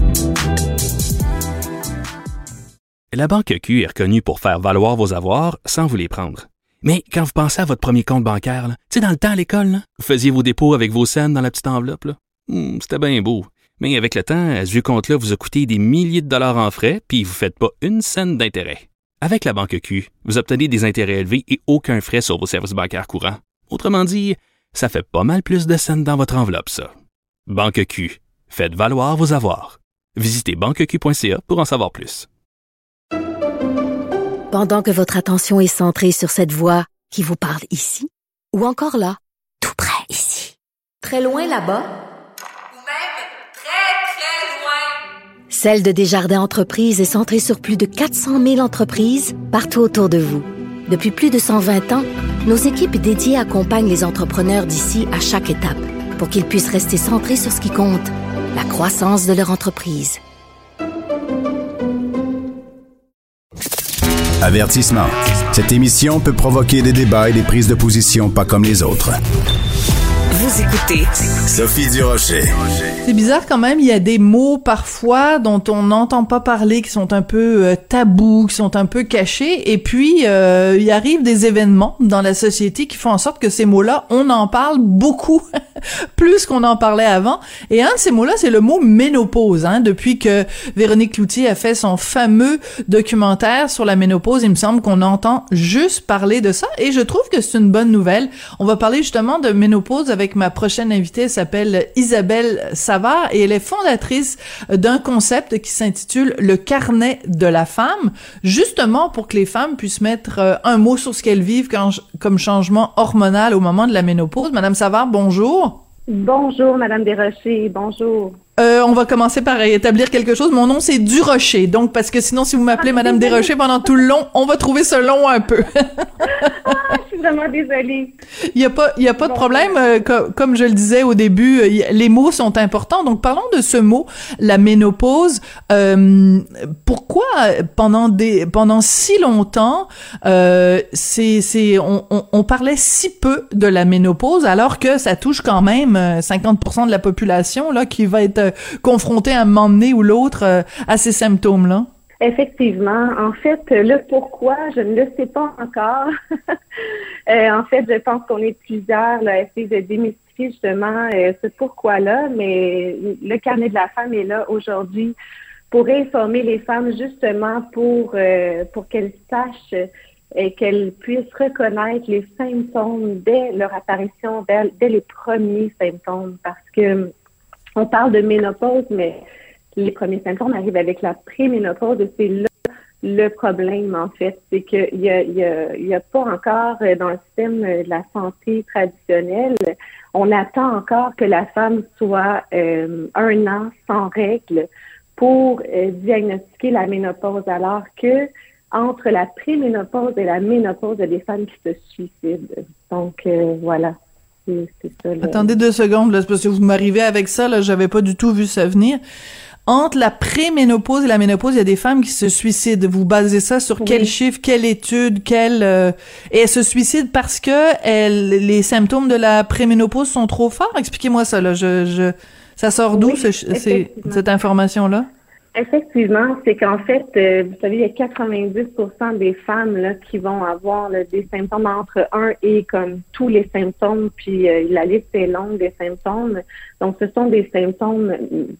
[SPEAKER 1] La Banque Q est reconnue pour faire valoir vos avoirs sans vous les prendre. Mais quand vous pensez à votre premier compte bancaire, tu sais, dans le temps à l'école, là, vous faisiez vos dépôts avec vos scènes dans la petite enveloppe. Là. C'était bien beau. Mais avec le temps, ce vieux compte-là vous a coûté des milliers de dollars en frais, puis vous ne faites pas une scène d'intérêt. Avec la Banque Q, vous obtenez des intérêts élevés et aucun frais sur vos services bancaires courants. Autrement dit, ça fait pas mal plus de scènes dans votre enveloppe, ça. Banque Q. Faites valoir vos avoirs. Visitez banqueq.ca pour en savoir plus.
[SPEAKER 2] Pendant que votre attention est centrée sur cette voix qui vous parle ici, ou encore là, tout près ici, très loin là-bas,
[SPEAKER 3] ou même très, très loin,
[SPEAKER 2] Celle de Desjardins Entreprises est centrée sur plus de 400 000 entreprises partout autour de vous. Depuis plus de 120 ans, nos équipes dédiées accompagnent les entrepreneurs d'ici à chaque étape pour qu'ils puissent rester centrés sur ce qui compte, la croissance de leur entreprise.
[SPEAKER 5] Avertissement. Cette émission peut provoquer des débats et des prises de position pas comme les autres.
[SPEAKER 4] Vous écoutez
[SPEAKER 5] Sophie Durocher.
[SPEAKER 6] C'est bizarre quand même, il y a des mots parfois dont on n'entend pas parler, qui sont un peu tabous, qui sont un peu cachés, et puis il arrive des événements dans la société qui font en sorte que ces mots-là, on en parle beaucoup, plus qu'on en parlait avant. Et un de ces mots-là, c'est le mot ménopause. Depuis que Véronique Cloutier a fait son fameux documentaire sur la ménopause, il me semble qu'on entend juste parler de ça, et je trouve que c'est une bonne nouvelle. On va parler justement de ménopause avec ma prochaine invitée. Elle s'appelle Isabelle Savard et elle est fondatrice d'un concept qui s'intitule le carnet de la femme, justement pour que les femmes puissent mettre un mot sur ce qu'elles vivent comme changement hormonal au moment de la ménopause. Madame Savard, bonjour.
[SPEAKER 9] Bonjour, Madame Desrochers, bonjour.
[SPEAKER 6] On va commencer par établir quelque chose. Mon nom, c'est Durocher. Donc, parce que sinon, si vous m'appelez Madame Desrochers pendant tout le long, on va trouver ce long un peu.
[SPEAKER 9] Je suis vraiment désolée.
[SPEAKER 6] Il y a pas de problème. Comme je le disais au début, les mots sont importants. Donc, parlons de ce mot, la ménopause. Pourquoi pendant si longtemps, on parlait si peu de la ménopause, alors que ça touche quand même 50% de la population là qui va être confrontée à un moment donné ou l'autre à ces symptômes-là?
[SPEAKER 9] Effectivement. En fait, le pourquoi, je ne le sais pas encore. En fait, je pense qu'on est plusieurs là, à essayer de démystifier justement ce pourquoi-là, mais le carnet de la femme est là aujourd'hui pour informer les femmes justement pour qu'elles sachent et qu'elles puissent reconnaître les symptômes dès leur apparition, dès les premiers symptômes, parce que on parle de ménopause, mais les premiers symptômes arrivent avec la préménopause et c'est là le problème, en fait. C'est qu'il y a pas encore dans le système de la santé traditionnelle, on attend encore que la femme soit 1 an sans règles pour diagnostiquer la ménopause, alors que entre la préménopause et la ménopause, il y a des femmes qui se suicident. Donc, voilà. C'est ça.
[SPEAKER 6] Attendez 2 secondes, là, parce que vous m'arrivez avec ça, là, j'avais pas du tout vu ça venir. Entre la préménopause et la ménopause, il y a des femmes qui se suicident. Vous basez ça sur quel chiffre, quelle étude, et elles se suicident parce que les symptômes de la préménopause sont trop forts? Expliquez-moi ça, là. Ça sort d'où, cette information-là?
[SPEAKER 9] Effectivement, c'est qu'en fait, vous savez, il y a 90% des femmes là qui vont avoir là, des symptômes entre 1 et comme tous les symptômes, puis la liste est longue des symptômes. Donc, ce sont des symptômes,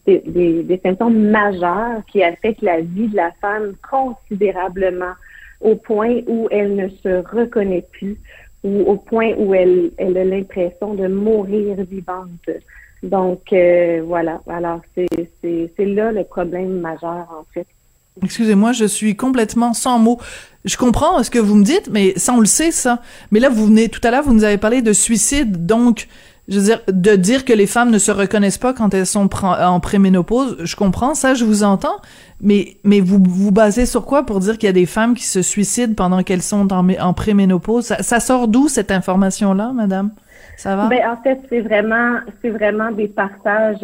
[SPEAKER 9] des symptômes majeurs qui affectent la vie de la femme considérablement, au point où elle ne se reconnaît plus ou au point où elle a l'impression de mourir vivante. Donc, voilà. Alors, c'est là le problème majeur, en fait.
[SPEAKER 6] Excusez-moi, je suis complètement sans mots. Je comprends ce que vous me dites, mais ça, on le sait, ça. Mais là, tout à l'heure, vous nous avez parlé de suicide. Donc, je veux dire, de dire que les femmes ne se reconnaissent pas quand elles sont en préménopause, je comprends, ça, je vous entends. Mais vous basez sur quoi pour dire qu'il y a des femmes qui se suicident pendant qu'elles sont en préménopause? Ça sort d'où, cette information-là, madame? Ça va?
[SPEAKER 9] Ben, en fait, c'est vraiment des partages,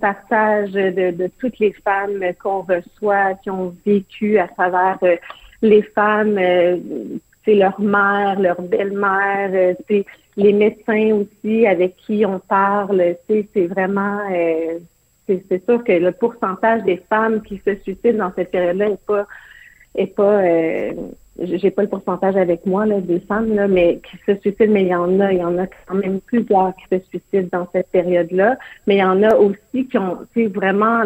[SPEAKER 9] de toutes les femmes qu'on reçoit, qui ont vécu à travers les femmes, c'est leur mère, leur belle-mère, c'est les médecins aussi avec qui on parle, c'est vraiment, c'est sûr que le pourcentage des femmes qui se suicident dans cette période-là est pas j'ai pas le pourcentage avec moi là, des femmes là, mais qui se suicident, mais il y en a quand même plusieurs qui se suicident dans cette période-là, mais il y en a aussi qui ont, tu sais, vraiment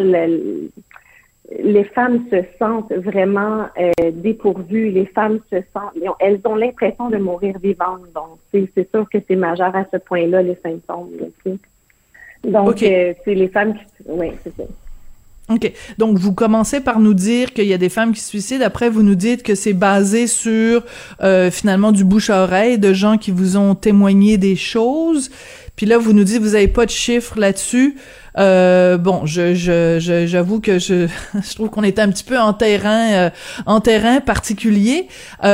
[SPEAKER 9] les femmes se sentent vraiment dépourvues, les femmes elles ont l'impression de mourir vivantes, donc c'est sûr que c'est majeur à ce point-là les symptômes, là, tu sais. Donc c'est les femmes qui, oui, c'est ça.
[SPEAKER 6] OK. Donc, vous commencez par nous dire qu'il y a des femmes qui se suicident. Après, vous nous dites que c'est basé sur, finalement, du bouche à oreille, de gens qui vous ont témoigné des choses. Puis là, vous nous dites que vous n'avez pas de chiffres là-dessus. Bon, j'avoue que je trouve qu'on est un petit peu en terrain particulier.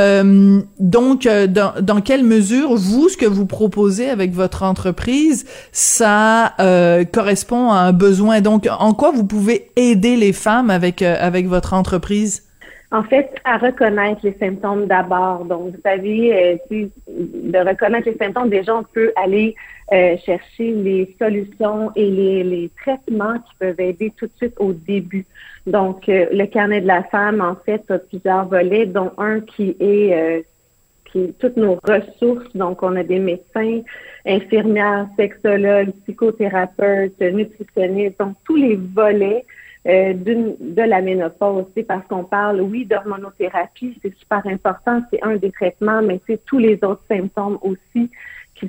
[SPEAKER 6] Donc, dans quelle mesure, vous, ce que vous proposez avec votre entreprise, ça correspond à un besoin? Donc, en quoi vous pouvez aider les femmes avec votre entreprise?
[SPEAKER 9] En fait, à reconnaître les symptômes d'abord. Donc, vous savez, de reconnaître les symptômes, déjà, on peut aller chercher les solutions et les traitements qui peuvent aider tout de suite au début. Donc, le carnet de la femme, en fait, a plusieurs volets, dont un qui est toutes nos ressources. Donc, on a des médecins, infirmières, sexologues, psychothérapeutes, nutritionnistes, donc tous les volets de la ménopause, parce qu'on parle, oui, d'hormonothérapie, c'est super important, c'est un des traitements, mais c'est tous les autres symptômes aussi qui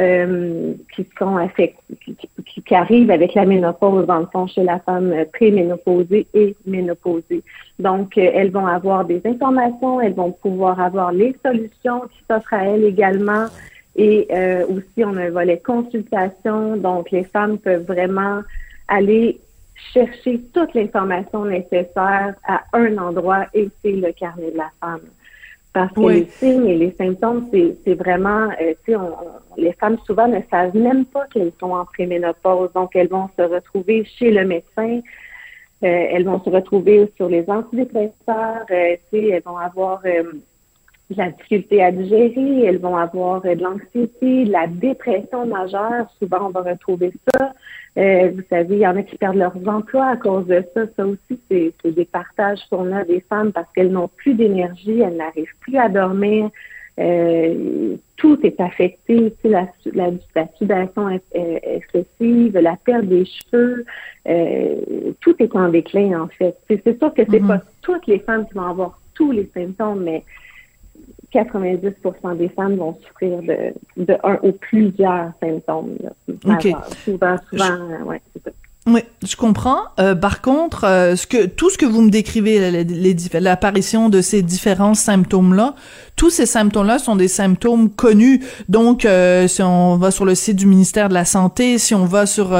[SPEAKER 9] arrivent avec la ménopause, dans le fond, chez la femme préménopausée et ménopausée. Donc, elles vont avoir des informations, elles vont pouvoir avoir les solutions qui s'offrent à elles également. Et aussi, on a un volet consultation, donc les femmes peuvent vraiment aller chercher toute l'information nécessaire à un endroit, et c'est le carnet de la femme. Parce que les signes et les symptômes, c'est vraiment, les femmes souvent ne savent même pas qu'elles sont en préménopause. Donc, elles vont se retrouver chez le médecin, elles vont se retrouver sur les antidépresseurs, elles vont avoir de la difficulté à digérer, elles vont avoir de l'anxiété, de la dépression majeure. Souvent, on va retrouver ça. Vous savez, il y en a qui perdent leurs emplois à cause de ça. Ça aussi, c'est des partages qu'on a des femmes parce qu'elles n'ont plus d'énergie, elles n'arrivent plus à dormir. Tout est affecté, la sudation excessive, la perte des cheveux, tout est en déclin en fait. C'est sûr que c'est pas toutes les femmes qui vont avoir tous les symptômes, mais 90% des femmes vont souffrir de un ou plusieurs symptômes.
[SPEAKER 6] OK.
[SPEAKER 9] Souvent, ouais, c'est ça.
[SPEAKER 6] Oui, je comprends. Par contre, tout ce que vous me décrivez, l'apparition de ces différents symptômes-là, tous ces symptômes-là sont des symptômes connus. Donc, si on va sur le site du ministère de la Santé, si on va sur,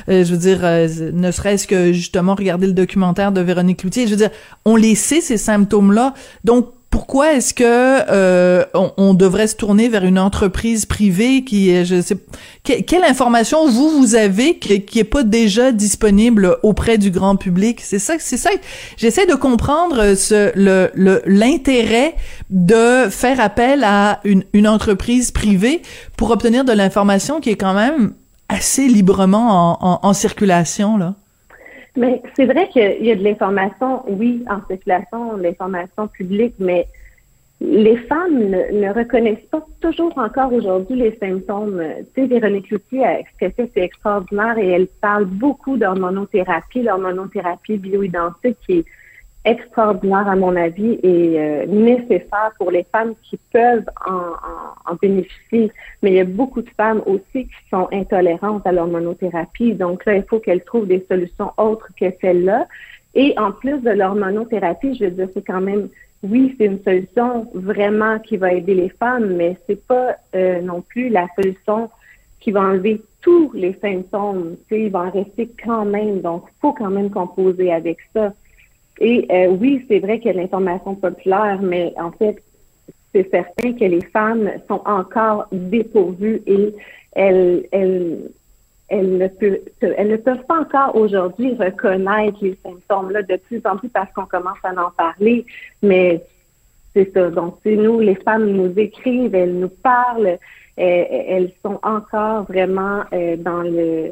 [SPEAKER 6] ne serait-ce que justement regarder le documentaire de Véronique Cloutier, je veux dire, on les sait ces symptômes-là. Donc, pourquoi est-ce que on devrait se tourner vers une entreprise privée quelle information vous avez qui est pas déjà disponible auprès du grand public? C'est ça. J'essaie de comprendre l'intérêt de faire appel à une entreprise privée pour obtenir de l'information qui est quand même assez librement en circulation, là.
[SPEAKER 9] Mais c'est vrai qu'il y a de l'information, oui, en circulation, de l'information publique, mais les femmes ne reconnaissent pas toujours encore aujourd'hui les symptômes. Tu sais, Véronique Cloutier, ce qu'elle fait, c'est extraordinaire et elle parle beaucoup d'hormonothérapie, l'hormonothérapie bioidentique qui est extraordinaire à mon avis et nécessaire pour les femmes qui peuvent en bénéficier. Mais il y a beaucoup de femmes aussi qui sont intolérantes à l'hormonothérapie. Donc là, il faut qu'elles trouvent des solutions autres que celle-là. Et en plus de l'hormonothérapie, je veux dire, c'est quand même, oui, c'est une solution vraiment qui va aider les femmes, mais c'est pas non plus la solution qui va enlever tous les symptômes. Tu sais, il va en rester quand même. Donc, il faut quand même composer avec ça. Et oui, c'est vrai qu'il y a de l'information populaire, mais en fait, c'est certain que les femmes sont encore dépourvues et elles ne peuvent pas encore aujourd'hui reconnaître les symptômes-là de plus en plus parce qu'on commence à en parler. Mais c'est ça. Donc, c'est nous, les femmes nous écrivent, elles nous parlent, elles sont encore vraiment dans le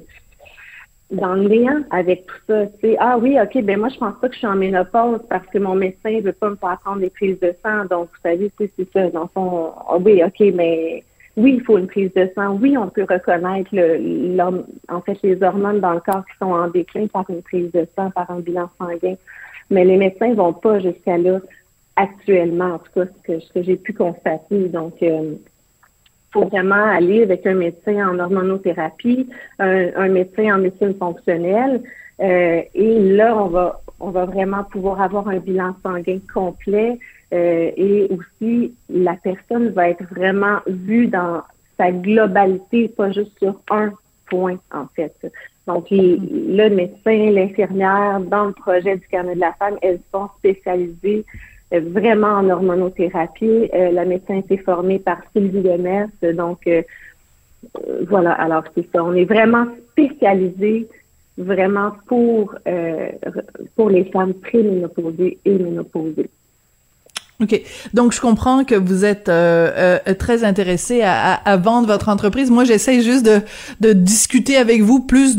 [SPEAKER 9] néant avec tout ça. Tu sais, ah oui, OK, ben moi, je pense pas que je suis en ménopause parce que mon médecin veut pas me faire prendre des prises de sang. Donc, vous savez, c'est ça. Dans le fond, oui, OK, mais oui, il faut une prise de sang. Oui, on peut reconnaître en fait, les hormones dans le corps qui sont en déclin par une prise de sang, par un bilan sanguin. Mais les médecins vont pas jusqu'à là actuellement, en tout cas, ce que j'ai pu constater. Donc, faut vraiment aller avec un médecin en hormonothérapie, un médecin en médecine fonctionnelle, et là on va vraiment pouvoir avoir un bilan sanguin complet et aussi la personne va être vraiment vue dans sa globalité, pas juste sur un point en fait. Donc le médecin, l'infirmière dans le projet du carnet de la femme, elles sont spécialisées vraiment en hormonothérapie. La médecin a été formée par Sylvie Demers. Donc, voilà. Alors, c'est ça. On est vraiment spécialisés vraiment pour les femmes préménopausées et ménopausées.
[SPEAKER 6] OK. Donc, je comprends que vous êtes très intéressé à vendre votre entreprise. Moi, j'essaie juste de discuter avec vous plus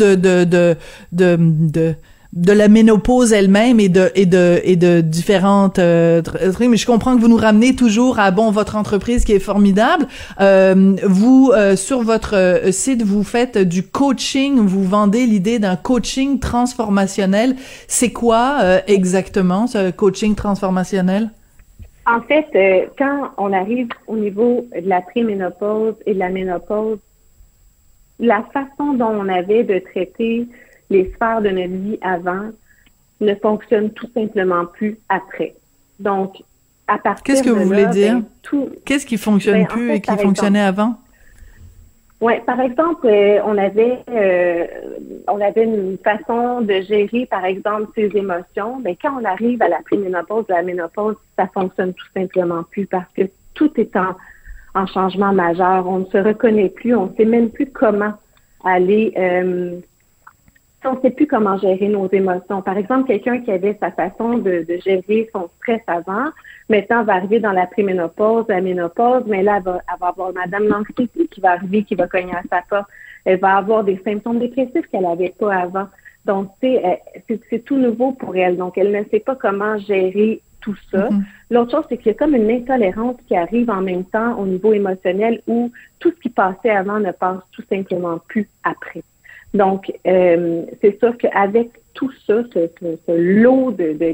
[SPEAKER 6] de la ménopause elle-même et de différentes trucs, mais je comprends que vous nous ramenez toujours à votre entreprise qui est formidable. Vous sur votre site, vous faites du coaching, vous vendez l'idée d'un coaching transformationnel. C'est quoi exactement ce coaching transformationnel?
[SPEAKER 9] En fait, quand on arrive au niveau de la préménopause et de la ménopause, la façon dont on avait de traiter les sphères de notre vie avant ne fonctionnent tout simplement plus après. Donc, à partir de là...
[SPEAKER 6] Qu'est-ce que vous voulez dire? Qu'est-ce qui fonctionne plus et qui fonctionnait avant?
[SPEAKER 9] Oui, par exemple, on avait une façon de gérer, par exemple, ses émotions. Mais quand on arrive à la préménopause, la ménopause, ça fonctionne tout simplement plus parce que tout est en changement majeur. On ne se reconnaît plus, on ne sait même plus comment aller. On ne sait plus comment gérer nos émotions. Par exemple, quelqu'un qui avait sa façon de gérer son stress avant, maintenant va arriver dans la préménopause, la ménopause, mais là, elle va avoir Madame l'anxiété qui va arriver, qui va cogner à sa porte. Elle va avoir des symptômes dépressifs qu'elle n'avait pas avant. Donc, c'est tout nouveau pour elle. Donc, elle ne sait pas comment gérer tout ça. Mm-hmm. L'autre chose, c'est qu'il y a comme une intolérance qui arrive en même temps au niveau émotionnel où tout ce qui passait avant ne passe tout simplement plus après. Donc, c'est sûr qu'avec tout ça, ce lot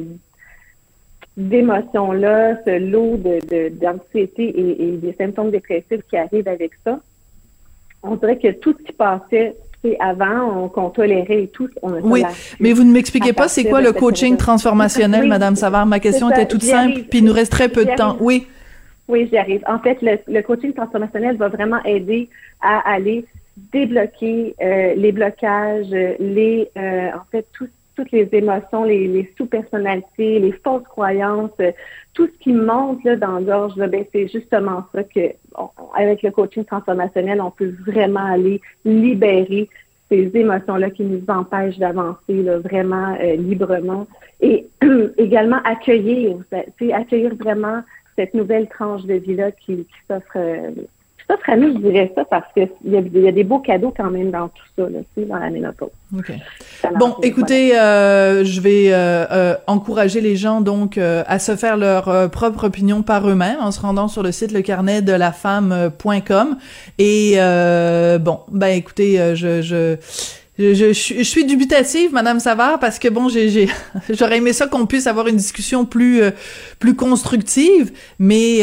[SPEAKER 9] d'émotions-là, ce lot d'anxiété et des symptômes dépressifs qui arrivent avec ça, on dirait que tout ce qui passait avant, qu'on tolérait et tout, on a
[SPEAKER 6] Oui, mais vous ne m'expliquez pas c'est quoi le coaching transformationnel, oui, Madame Savard? Ma question était toute simple, puis il nous reste très peu de temps. Oui.
[SPEAKER 9] Oui, j'y arrive. En fait, le coaching transformationnel va vraiment aider à aller débloquer les blocages, en fait, toutes les émotions, les sous-personnalités, les fausses croyances, tout ce qui monte là, dans la gorge, là, ben, c'est justement ça que, avec le coaching transformationnel, on peut vraiment aller libérer ces émotions-là qui nous empêchent d'avancer là, vraiment librement. Et également accueillir vraiment cette nouvelle tranche de vie-là qui s'offre à nous, je dirais ça, parce qu'il y a des beaux cadeaux quand même dans tout ça, là, dans la ménopause.
[SPEAKER 6] OK. Bon, écoutez, je vais encourager les gens, donc, à se faire leur propre opinion par eux-mêmes en se rendant sur le site lecarnetdelafemme.com. Et, bon, ben, écoutez, je suis dubitative, Madame Savard, parce que bon, j'aurais aimé ça qu'on puisse avoir une discussion plus constructive, mais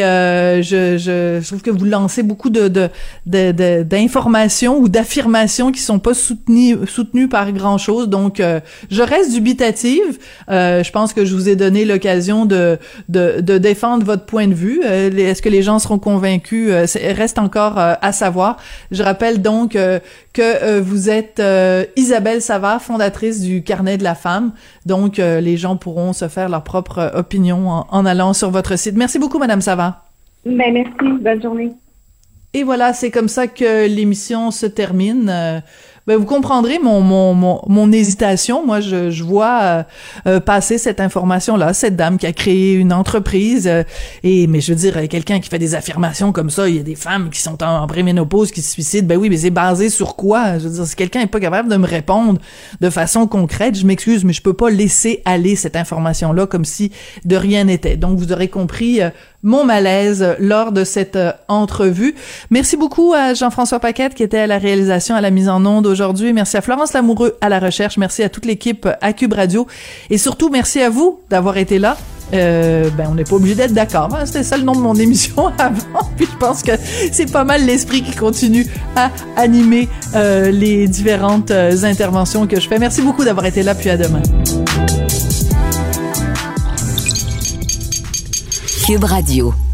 [SPEAKER 6] je trouve que vous lancez beaucoup d'informations ou d'affirmations qui sont pas soutenues par grand chose. Donc, je reste dubitative. Je pense que je vous ai donné l'occasion de défendre votre point de vue. Est-ce que les gens seront convaincus? Reste encore à savoir. Je rappelle donc que vous êtes Isabelle Savard, fondatrice du Carnet de la Femme. Donc, les gens pourront se faire leur propre opinion en allant sur votre site. Merci beaucoup, Madame Savard.
[SPEAKER 9] Ben, merci. Bonne journée.
[SPEAKER 6] Et voilà, c'est comme ça que l'émission se termine. Ben, vous comprendrez mon hésitation. Moi, je vois passer cette information-là, cette dame qui a créé une entreprise. Mais je veux dire, quelqu'un qui fait des affirmations comme ça, il y a des femmes qui sont en préménopause qui se suicident. Ben oui, mais c'est basé sur quoi? Je veux dire, si quelqu'un n'est pas capable de me répondre de façon concrète, je m'excuse, mais je peux pas laisser aller cette information-là comme si de rien n'était. Donc, vous aurez compris mon malaise lors de cette entrevue. Merci beaucoup à Jean-François Paquette qui était à la réalisation, à la mise en onde aujourd'hui. Merci à Florence Lamoureux à la recherche. Merci à toute l'équipe à Cube Radio. Et surtout, merci à vous d'avoir été là. On n'est pas obligé d'être d'accord. Hein? C'était ça le nom de mon émission avant. Puis je pense que c'est pas mal l'esprit qui continue à animer les différentes interventions que je fais. Merci beaucoup d'avoir été là. Puis à demain.
[SPEAKER 4] Cube Radio.